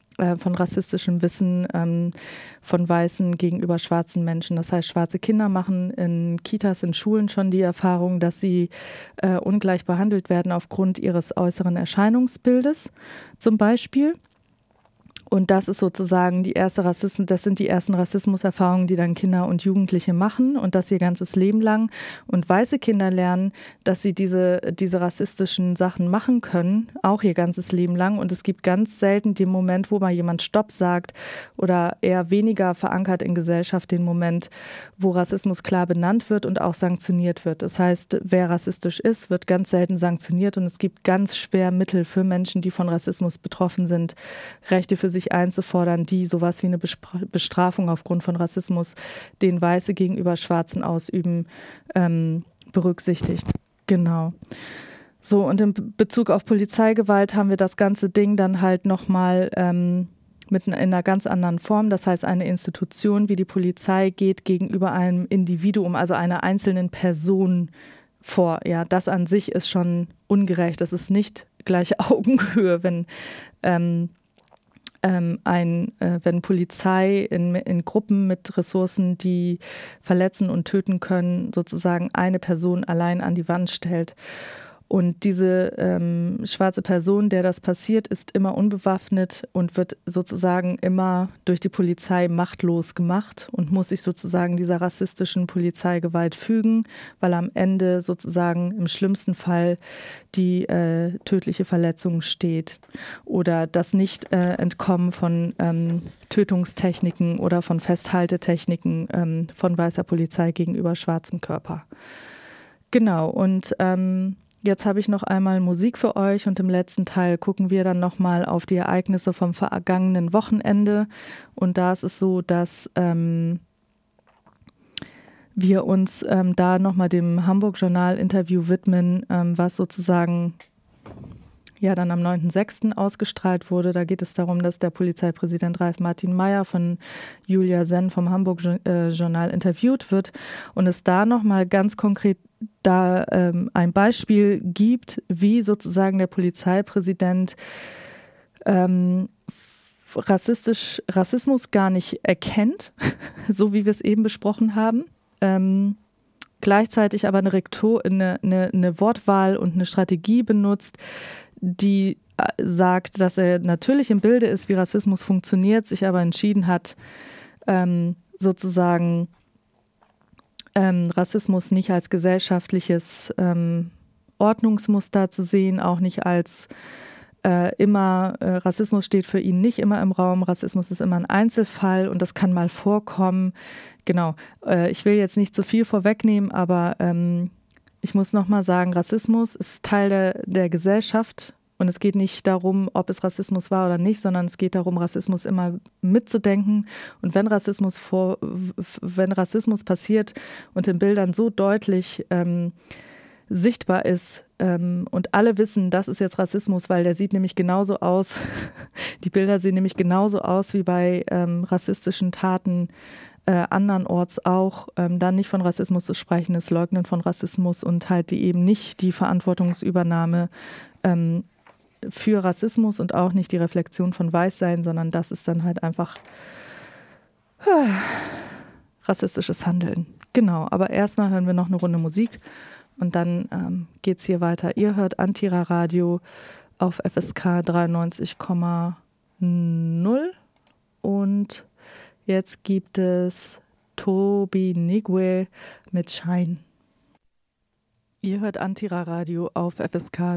Wissen von Weißen gegenüber schwarzen Menschen. Das heißt, schwarze Kinder machen in Kitas, in Schulen schon die Erfahrung, dass sie ungleich behandelt werden aufgrund ihres äußeren Erscheinungsbildes zum Beispiel. Und das ist sozusagen das sind die ersten Rassismuserfahrungen, die dann Kinder und Jugendliche machen und das ihr ganzes Leben lang. Und weiße Kinder lernen, dass sie diese rassistischen Sachen machen können, auch ihr ganzes Leben lang. Und es gibt ganz selten den Moment, wo mal jemand Stopp sagt oder eher weniger verankert in Gesellschaft den Moment, wo Rassismus klar benannt wird und auch sanktioniert wird. Das heißt, wer rassistisch ist, wird ganz selten sanktioniert und es gibt ganz schwer Mittel für Menschen, die von Rassismus betroffen sind, Rechte für sich einzufordern, die sowas wie eine Bestrafung aufgrund von Rassismus, den Weiße gegenüber Schwarzen ausüben, berücksichtigt. Genau. So, und in Bezug auf Polizeigewalt haben wir das ganze Ding dann halt nochmal in einer ganz anderen Form. Das heißt, eine Institution wie die Polizei geht gegenüber einem Individuum, also einer einzelnen Person vor. Ja, das an sich ist schon ungerecht. Das ist nicht gleiche Augenhöhe, wenn Polizei in Gruppen mit Ressourcen, die verletzen und töten können, sozusagen eine Person allein an die Wand stellt. Und diese schwarze Person, der das passiert, ist immer unbewaffnet und wird sozusagen immer durch die Polizei machtlos gemacht und muss sich sozusagen dieser rassistischen Polizeigewalt fügen, weil am Ende sozusagen im schlimmsten Fall die tödliche Verletzung steht oder das Nicht-Entkommen von Tötungstechniken oder von Festhaltetechniken von weißer Polizei gegenüber schwarzem Körper. Genau, und jetzt habe ich noch einmal Musik für euch und im letzten Teil gucken wir dann nochmal auf die Ereignisse vom vergangenen Wochenende. Und da ist es so, dass wir uns da nochmal dem Hamburg-Journal-Interview widmen, was sozusagen ja dann am 9.6. ausgestrahlt wurde. Da geht es darum, dass der Polizeipräsident Ralf Martin Mayer von Julia Senn vom Hamburg-Journal interviewt wird und es da nochmal ganz konkret ein Beispiel gibt, wie sozusagen der Polizeipräsident Rassismus gar nicht erkennt, so wie wir es eben besprochen haben. Gleichzeitig aber eine Wortwahl und eine Strategie benutzt, die sagt, dass er natürlich im Bilde ist, wie Rassismus funktioniert, sich aber entschieden hat, sozusagen Rassismus nicht als gesellschaftliches Ordnungsmuster zu sehen, auch nicht als Rassismus steht für ihn nicht immer im Raum, Rassismus ist immer ein Einzelfall und das kann mal vorkommen. Genau, ich will jetzt nicht zu viel vorwegnehmen, aber ich muss nochmal sagen, Rassismus ist Teil der Gesellschaft und es geht nicht darum, ob es Rassismus war oder nicht, sondern es geht darum, Rassismus immer mitzudenken und wenn Rassismus passiert und in Bildern so deutlich sichtbar ist und alle wissen, das ist jetzt Rassismus, weil der sieht nämlich genauso aus, die Bilder sehen nämlich genauso aus wie bei rassistischen Taten andernorts auch, dann nicht von Rassismus zu sprechen, das Leugnen von Rassismus und halt eben nicht die Verantwortungsübernahme für Rassismus und auch nicht die Reflexion von Weißsein, sondern das ist dann halt einfach rassistisches Handeln. Genau, aber erstmal hören wir noch eine Runde Musik. Und dann geht's hier weiter. Ihr hört Antira Radio auf FSK 93,0 und Jetzt gibt es Tobi Nigwe mit Schein. Ihr hört Antira Radio auf FSK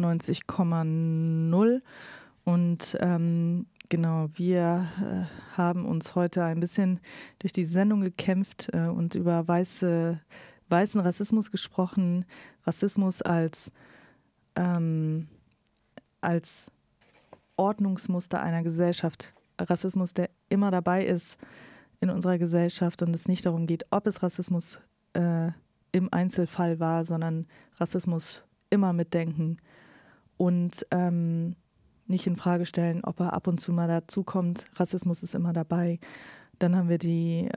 93,0 und genau, wir haben uns heute ein bisschen durch die Sendung gekämpft und über weißen Rassismus gesprochen. Rassismus als Ordnungsmuster einer Gesellschaft. Rassismus, der immer dabei ist in unserer Gesellschaft und es nicht darum geht, ob es Rassismus im Einzelfall war, sondern Rassismus immer mitdenken und nicht in Frage stellen, ob er ab und zu mal dazukommt. Rassismus ist immer dabei. Dann haben wir die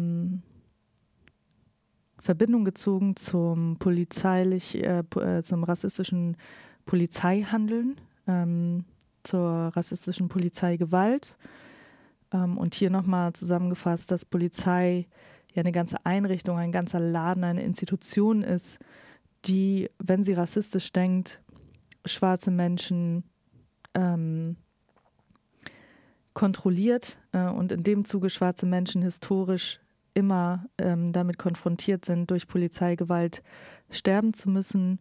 Verbindung gezogen zum rassistischen Polizeihandeln, zur rassistischen Polizeigewalt. Und hier nochmal zusammengefasst, dass Polizei ja eine ganze Einrichtung, ein ganzer Laden, eine Institution ist, die, wenn sie rassistisch denkt, schwarze Menschen kontrolliert und in dem Zuge schwarze Menschen historisch immer damit konfrontiert sind, durch Polizeigewalt sterben zu müssen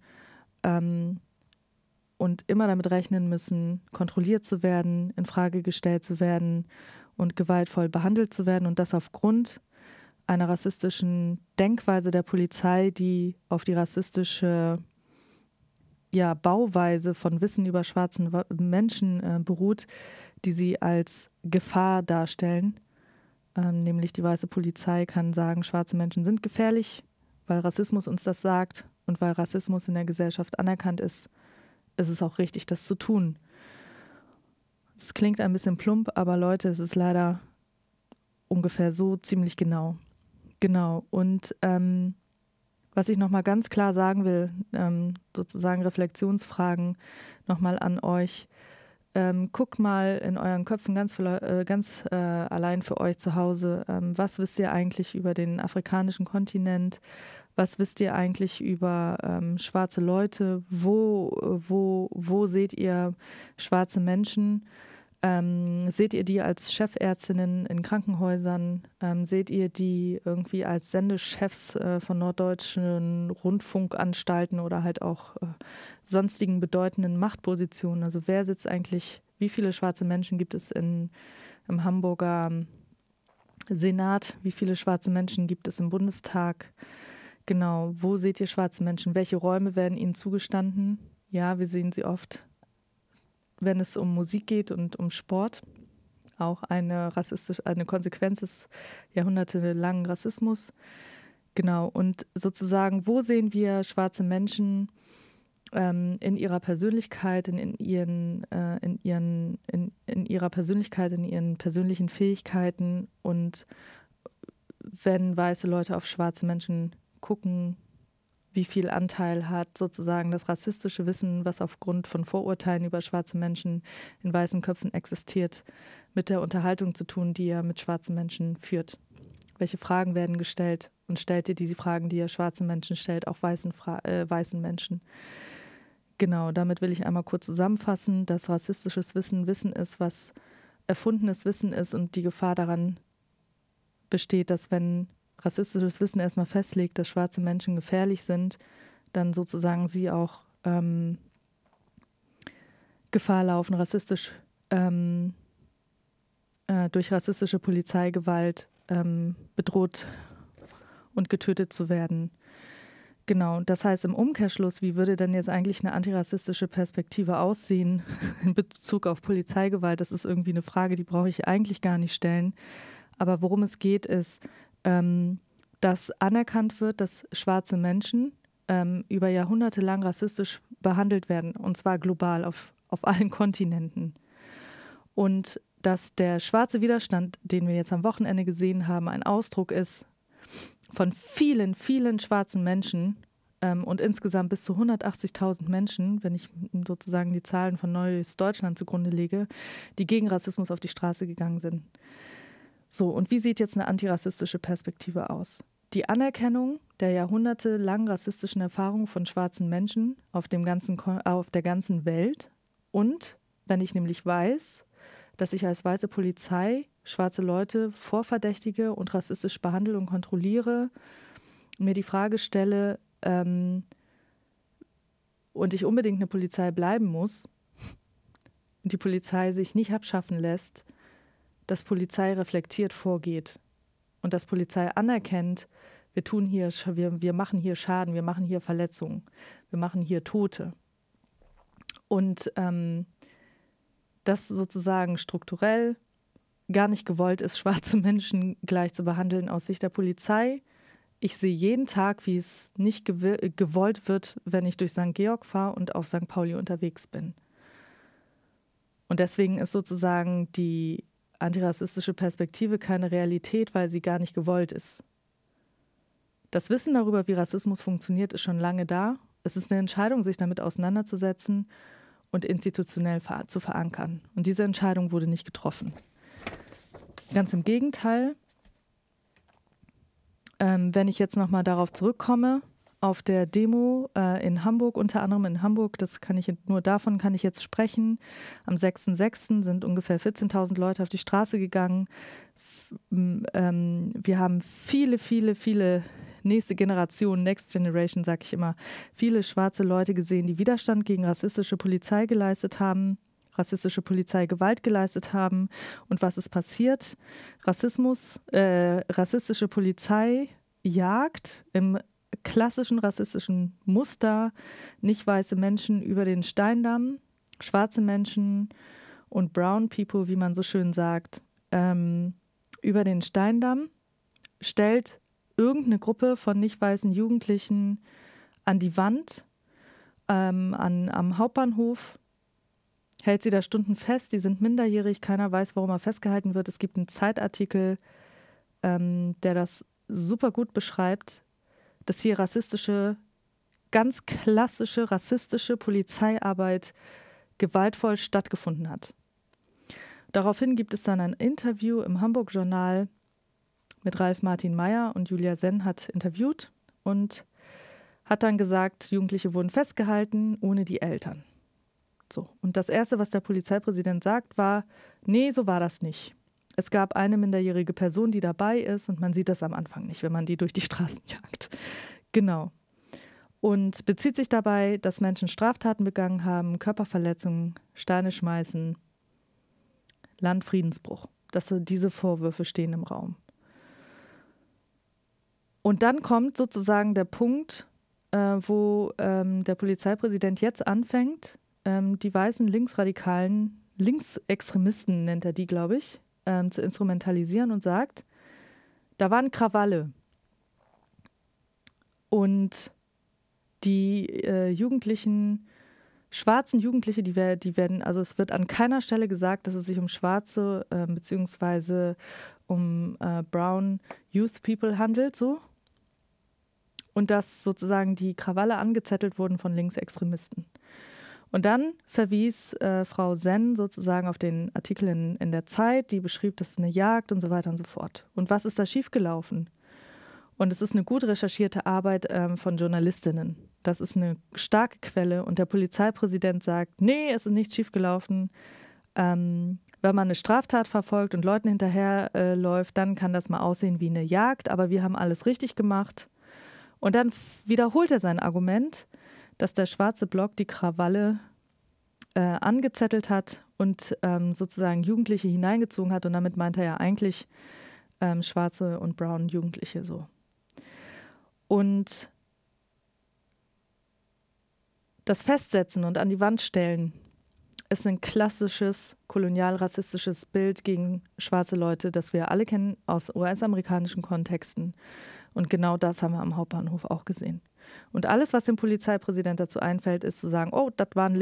und immer damit rechnen müssen, kontrolliert zu werden, in Frage gestellt zu werden und gewaltvoll behandelt zu werden und das aufgrund einer rassistischen Denkweise der Polizei, die auf die rassistische Bauweise von Wissen über schwarzen Menschen beruht, die sie als Gefahr darstellen. Nämlich die weiße Polizei kann sagen, schwarze Menschen sind gefährlich, weil Rassismus uns das sagt und weil Rassismus in der Gesellschaft anerkannt ist, ist es auch richtig, das zu tun. Es klingt ein bisschen plump, aber Leute, es ist leider ungefähr so ziemlich genau. Genau, und was ich nochmal ganz klar sagen will, sozusagen Reflexionsfragen nochmal an euch. Guckt mal in euren Köpfen ganz allein für euch zu Hause, was wisst ihr eigentlich über den afrikanischen Kontinent? Was wisst ihr eigentlich über schwarze Leute? Wo seht ihr schwarze Menschen? Seht ihr die als Chefärztinnen in Krankenhäusern? Seht ihr die irgendwie als Sendechefs von norddeutschen Rundfunkanstalten oder halt auch sonstigen bedeutenden Machtpositionen? Also wer sitzt eigentlich, wie viele schwarze Menschen gibt es im Hamburger Senat? Wie viele schwarze Menschen gibt es im Bundestag? Genau, wo seht ihr schwarze Menschen? Welche Räume werden ihnen zugestanden? Ja, wir sehen sie oft, wenn es um Musik geht und um Sport. Auch eine Konsequenz des jahrhundertelangen Rassismus. Genau, und sozusagen, wo sehen wir schwarze Menschen in ihrer Persönlichkeit, in ihrer Persönlichkeit, in ihren persönlichen Fähigkeiten und wenn weiße Leute auf schwarze Menschen gucken, wie viel Anteil hat sozusagen das rassistische Wissen, was aufgrund von Vorurteilen über schwarze Menschen in weißen Köpfen existiert, mit der Unterhaltung zu tun, die er mit schwarzen Menschen führt. Welche Fragen werden gestellt und stellt ihr diese Fragen, die ihr schwarzen Menschen stellt, auch weißen Menschen? Genau, damit will ich einmal kurz zusammenfassen, dass rassistisches Wissen Wissen ist, was erfundenes Wissen ist und die Gefahr daran besteht, dass wenn rassistisches Wissen erstmal festlegt, dass schwarze Menschen gefährlich sind, dann sozusagen sie auch Gefahr laufen, durch rassistische Polizeigewalt bedroht und getötet zu werden. Genau, das heißt im Umkehrschluss, wie würde denn jetzt eigentlich eine antirassistische Perspektive aussehen in Bezug auf Polizeigewalt? Das ist irgendwie eine Frage, die brauche ich eigentlich gar nicht stellen. Aber worum es geht, ist, dass anerkannt wird, dass schwarze Menschen über Jahrhunderte lang rassistisch behandelt werden, und zwar global auf allen Kontinenten. Und dass der schwarze Widerstand, den wir jetzt am Wochenende gesehen haben, ein Ausdruck ist von vielen, vielen schwarzen Menschen und insgesamt bis zu 180.000 Menschen, wenn ich sozusagen die Zahlen von Neues Deutschland zugrunde lege, die gegen Rassismus auf die Straße gegangen sind. So, und wie sieht jetzt eine antirassistische Perspektive aus? Die Anerkennung der jahrhundertelang rassistischen Erfahrungen von schwarzen Menschen auf der ganzen Welt und, wenn ich nämlich weiß, dass ich als weiße Polizei schwarze Leute vorverdächtige und rassistisch behandle und kontrolliere, mir die Frage stelle und ich unbedingt eine Polizei bleiben muss und die Polizei sich nicht abschaffen lässt, dass Polizei reflektiert vorgeht und dass Polizei anerkennt, wir machen hier Schaden, wir machen hier Verletzungen, wir machen hier Tote. Und dass sozusagen strukturell gar nicht gewollt ist, schwarze Menschen gleich zu behandeln aus Sicht der Polizei. Ich sehe jeden Tag, wie es nicht gewollt wird, wenn ich durch St. Georg fahre und auf St. Pauli unterwegs bin. Und deswegen ist sozusagen die antirassistische Perspektive keine Realität, weil sie gar nicht gewollt ist. Das Wissen darüber, wie Rassismus funktioniert, ist schon lange da. Es ist eine Entscheidung, sich damit auseinanderzusetzen und institutionell zu verankern. Und diese Entscheidung wurde nicht getroffen. Ganz im Gegenteil, wenn ich jetzt nochmal darauf zurückkomme, auf der Demo in Hamburg, unter anderem in Hamburg, davon kann ich jetzt sprechen. Am 6.6. sind ungefähr 14.000 Leute auf die Straße gegangen. Wir haben viele nächste Generation, Next Generation, sage ich immer, viele schwarze Leute gesehen, die Widerstand gegen rassistische Polizei geleistet haben, rassistische Polizeigewalt geleistet haben. Und was ist passiert? Rassistische Polizei jagt im klassischen rassistischen Muster nicht weiße Menschen über den Steindamm, schwarze Menschen und Brown People, wie man so schön sagt, über den Steindamm, stellt irgendeine Gruppe von nicht weißen Jugendlichen an die Wand am Hauptbahnhof, hält sie da Stunden fest, die sind minderjährig, keiner weiß, warum er festgehalten wird. Es gibt einen Zeitartikel, der das super gut beschreibt, dass hier ganz klassische rassistische Polizeiarbeit gewaltvoll stattgefunden hat. Daraufhin gibt es dann ein Interview im Hamburg-Journal mit Ralf Martin Meyer und Julia Senn hat interviewt und hat dann gesagt, Jugendliche wurden festgehalten ohne die Eltern. So. Und das Erste, was der Polizeipräsident sagt, war, nee, so war das nicht. Es gab eine minderjährige Person, die dabei ist und man sieht das am Anfang nicht, wenn man die durch die Straßen jagt. Genau. Und bezieht sich dabei, dass Menschen Straftaten begangen haben, Körperverletzungen, Steine schmeißen, Landfriedensbruch. Diese Vorwürfe stehen im Raum. Und dann kommt sozusagen der Punkt, wo der Polizeipräsident jetzt anfängt, die weißen Linksradikalen, Linksextremisten nennt er die, glaube ich, zu instrumentalisieren und sagt, da waren Krawalle. Und die schwarzen Jugendliche, die werden, also es wird an keiner Stelle gesagt, dass es sich um schwarze beziehungsweise um Brown Youth People handelt, so. Und dass sozusagen die Krawalle angezettelt wurden von Linksextremisten. Und dann verwies Frau Senn sozusagen auf den Artikel in der Zeit, die beschrieb, das ist eine Jagd und so weiter und so fort. Und was ist da schiefgelaufen? Und es ist eine gut recherchierte Arbeit von Journalistinnen. Das ist eine starke Quelle. Und der Polizeipräsident sagt, nee, es ist nichts schiefgelaufen. Wenn man eine Straftat verfolgt und Leuten hinterher läuft, dann kann das mal aussehen wie eine Jagd. Aber wir haben alles richtig gemacht. Und dann wiederholt er sein Argument, dass der schwarze Block die Krawalle angezettelt hat und sozusagen Jugendliche hineingezogen hat. Und damit meint er ja eigentlich schwarze und braune Jugendliche so. Und das Festsetzen und an die Wand stellen ist ein klassisches kolonial-rassistisches Bild gegen schwarze Leute, das wir alle kennen aus US-amerikanischen Kontexten. Und genau das haben wir am Hauptbahnhof auch gesehen. Und alles, was dem Polizeipräsident dazu einfällt, ist zu sagen, oh, das waren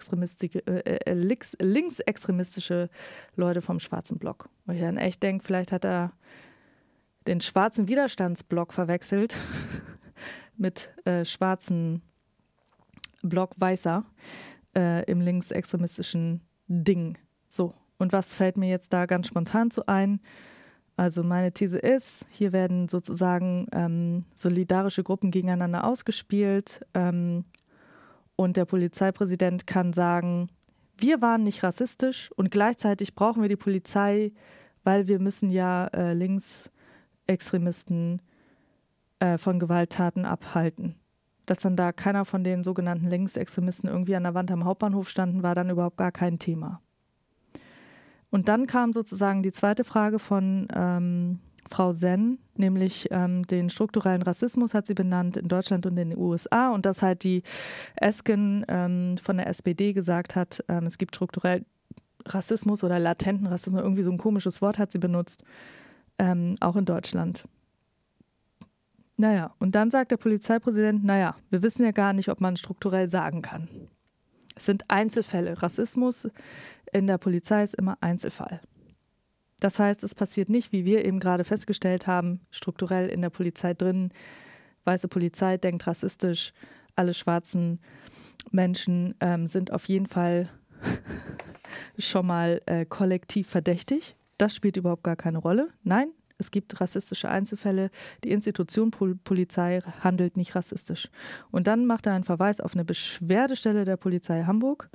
linksextremistische Leute vom schwarzen Block. Wo ich dann echt denke, vielleicht hat er den schwarzen Widerstandsblock verwechselt mit schwarzen Block Weißer im linksextremistischen Ding. So, und was fällt mir jetzt da ganz spontan zu ein? Also meine These ist, hier werden sozusagen solidarische Gruppen gegeneinander ausgespielt und der Polizeipräsident kann sagen, wir waren nicht rassistisch und gleichzeitig brauchen wir die Polizei, weil wir müssen ja Linksextremisten von Gewalttaten abhalten. Dass dann da keiner von den sogenannten Linksextremisten irgendwie an der Wand am Hauptbahnhof standen, war dann überhaupt gar kein Thema. Und dann kam sozusagen die zweite Frage von Frau Senn, nämlich den strukturellen Rassismus hat sie benannt in Deutschland und in den USA und dass halt die Esken von der SPD gesagt hat, es gibt strukturell Rassismus oder latenten Rassismus, irgendwie so ein komisches Wort hat sie benutzt, auch in Deutschland. Naja, und dann sagt der Polizeipräsident, naja, wir wissen ja gar nicht, ob man strukturell sagen kann. Es sind Einzelfälle. Rassismus in der Polizei ist immer Einzelfall. Das heißt, es passiert nicht, wie wir eben gerade festgestellt haben, strukturell in der Polizei drin. Weiße Polizei denkt rassistisch, alle schwarzen Menschen sind auf jeden Fall schon mal kollektiv verdächtig. Das spielt überhaupt gar keine Rolle. Nein, es gibt rassistische Einzelfälle. Die Institution Polizei handelt nicht rassistisch. Und dann macht er einen Verweis auf eine Beschwerdestelle der Polizei Hamburg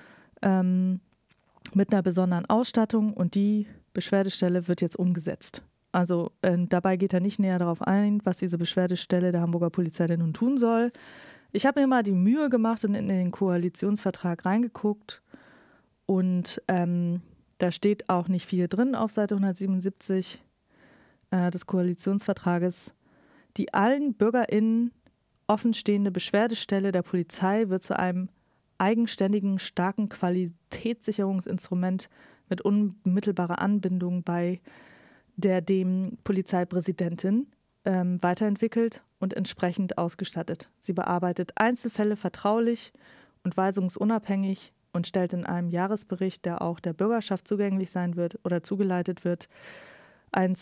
mit einer besonderen Ausstattung und die Beschwerdestelle wird jetzt umgesetzt. Also dabei geht er nicht näher darauf ein, was diese Beschwerdestelle der Hamburger Polizei denn nun tun soll. Ich habe mir mal die Mühe gemacht und in den Koalitionsvertrag reingeguckt und da steht auch nicht viel drin auf Seite 177 des Koalitionsvertrages. Die allen BürgerInnen offenstehende Beschwerdestelle der Polizei wird zu einem eigenständigen, starken Qualitätssicherungsinstrument mit unmittelbarer Anbindung bei dem Polizeipräsidentin weiterentwickelt und entsprechend ausgestattet. Sie bearbeitet Einzelfälle vertraulich und weisungsunabhängig und stellt in einem Jahresbericht, der auch der Bürgerschaft zugänglich sein wird oder zugeleitet wird, ein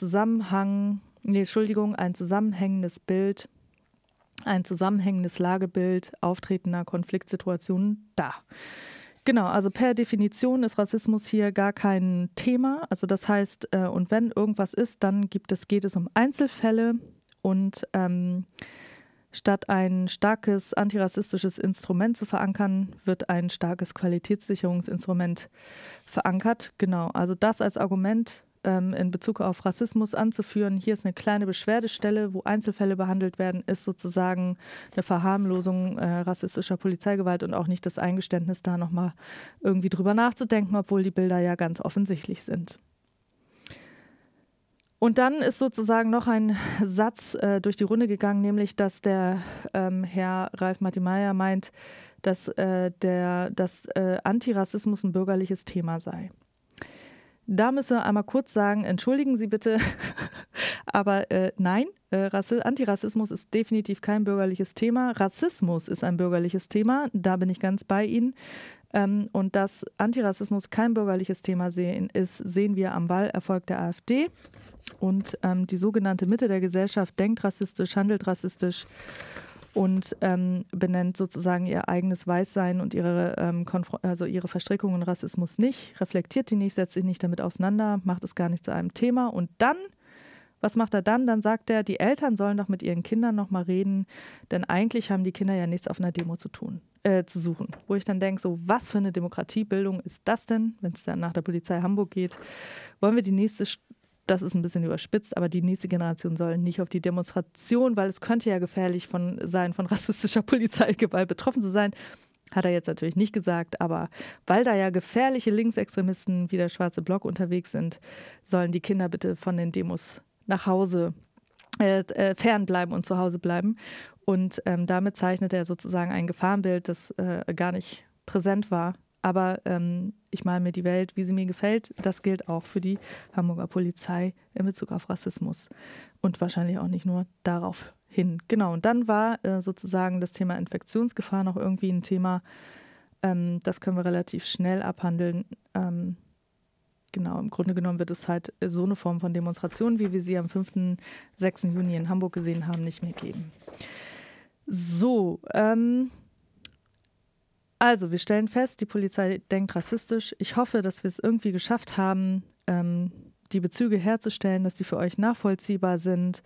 zusammenhängendes Bild, ein zusammenhängendes Lagebild auftretender Konfliktsituationen dar. Genau, also per Definition ist Rassismus hier gar kein Thema. Also das heißt, und wenn irgendwas ist, dann geht es um Einzelfälle und statt ein starkes antirassistisches Instrument zu verankern, wird ein starkes Qualitätssicherungsinstrument verankert. Genau, also das als Argument in Bezug auf Rassismus anzuführen. Hier ist eine kleine Beschwerdestelle, wo Einzelfälle behandelt werden, ist sozusagen eine Verharmlosung rassistischer Polizeigewalt und auch nicht das Eingeständnis, da nochmal irgendwie drüber nachzudenken, obwohl die Bilder ja ganz offensichtlich sind. Und dann ist sozusagen noch ein Satz durch die Runde gegangen, nämlich, dass der Herr Ralf Martimayer meint, dass Antirassismus ein bürgerliches Thema sei. Da müssen wir einmal kurz sagen, entschuldigen Sie bitte, aber nein, Antirassismus ist definitiv kein bürgerliches Thema. Rassismus ist ein bürgerliches Thema, da bin ich ganz bei Ihnen. Und dass Antirassismus kein bürgerliches Thema sehen wir am Wahlerfolg der AfD. Und die sogenannte Mitte der Gesellschaft denkt rassistisch, handelt rassistisch und benennt sozusagen ihr eigenes Weißsein und ihre Verstrickung in Rassismus nicht, reflektiert die nicht, setzt sich nicht damit auseinander, macht es gar nicht zu einem Thema. Und dann, was macht er dann? Dann sagt er, die Eltern sollen doch mit ihren Kindern nochmal reden, denn eigentlich haben die Kinder ja nichts auf einer Demo zu suchen. Wo ich dann denke, so was für eine Demokratiebildung ist das denn, wenn es dann nach der Polizei Hamburg geht? Wollen wir die nächste Das ist ein bisschen überspitzt, aber die nächste Generation soll nicht auf die Demonstration, weil es könnte ja gefährlich sein, von rassistischer Polizeigewalt betroffen zu sein. Hat er jetzt natürlich nicht gesagt, aber weil da ja gefährliche Linksextremisten wie der Schwarze Block unterwegs sind, sollen die Kinder bitte von den Demos nach Hause fernbleiben und zu Hause bleiben. Und damit zeichnet er sozusagen ein Gefahrenbild, das gar nicht präsent war. Aber ich male mir die Welt, wie sie mir gefällt. Das gilt auch für die Hamburger Polizei in Bezug auf Rassismus. Und wahrscheinlich auch nicht nur darauf hin. Genau, und dann war sozusagen das Thema Infektionsgefahr noch irgendwie ein Thema. Das können wir relativ schnell abhandeln. Genau, im Grunde genommen wird es halt so eine Form von Demonstration, wie wir sie am 5. 6. Juni in Hamburg gesehen haben, nicht mehr geben. So, also wir stellen fest, die Polizei denkt rassistisch. Ich hoffe, dass wir es irgendwie geschafft haben, die Bezüge herzustellen, dass die für euch nachvollziehbar sind,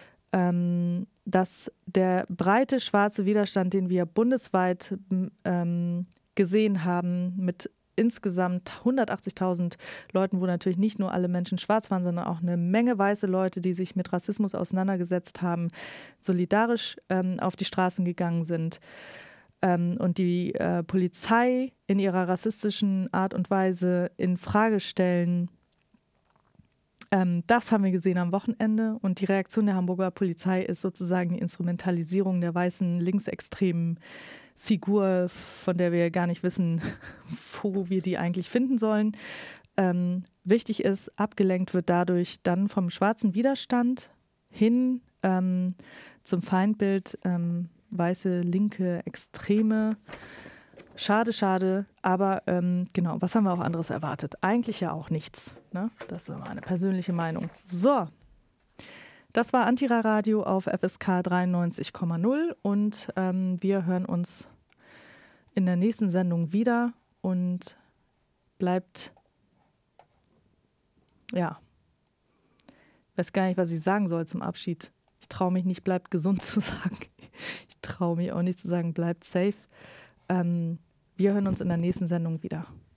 dass der breite schwarze Widerstand, den wir bundesweit gesehen haben, mit insgesamt 180.000 Leuten, wo natürlich nicht nur alle Menschen schwarz waren, sondern auch eine Menge weiße Leute, die sich mit Rassismus auseinandergesetzt haben, solidarisch auf die Straßen gegangen sind. Und die Polizei in ihrer rassistischen Art und Weise in Frage stellen. Das haben wir gesehen am Wochenende. Und die Reaktion der Hamburger Polizei ist sozusagen die Instrumentalisierung der weißen linksextremen Figur, von der wir gar nicht wissen, wo wir die eigentlich finden sollen. Wichtig ist, abgelenkt wird dadurch dann vom schwarzen Widerstand hin zum Feindbild weiße, linke, Extreme. Schade, schade, aber genau, was haben wir auch anderes erwartet? Eigentlich ja auch nichts, ne? Das ist meine persönliche Meinung. So, das war Antira Radio auf FSK 93,0 und wir hören uns in der nächsten Sendung wieder und bleibt, ja, weiß gar nicht, was ich sagen soll zum Abschied. Ich traue mich nicht, bleibt gesund zu sagen. Ich traue mich auch nicht zu sagen, bleibt safe. Wir hören uns in der nächsten Sendung wieder.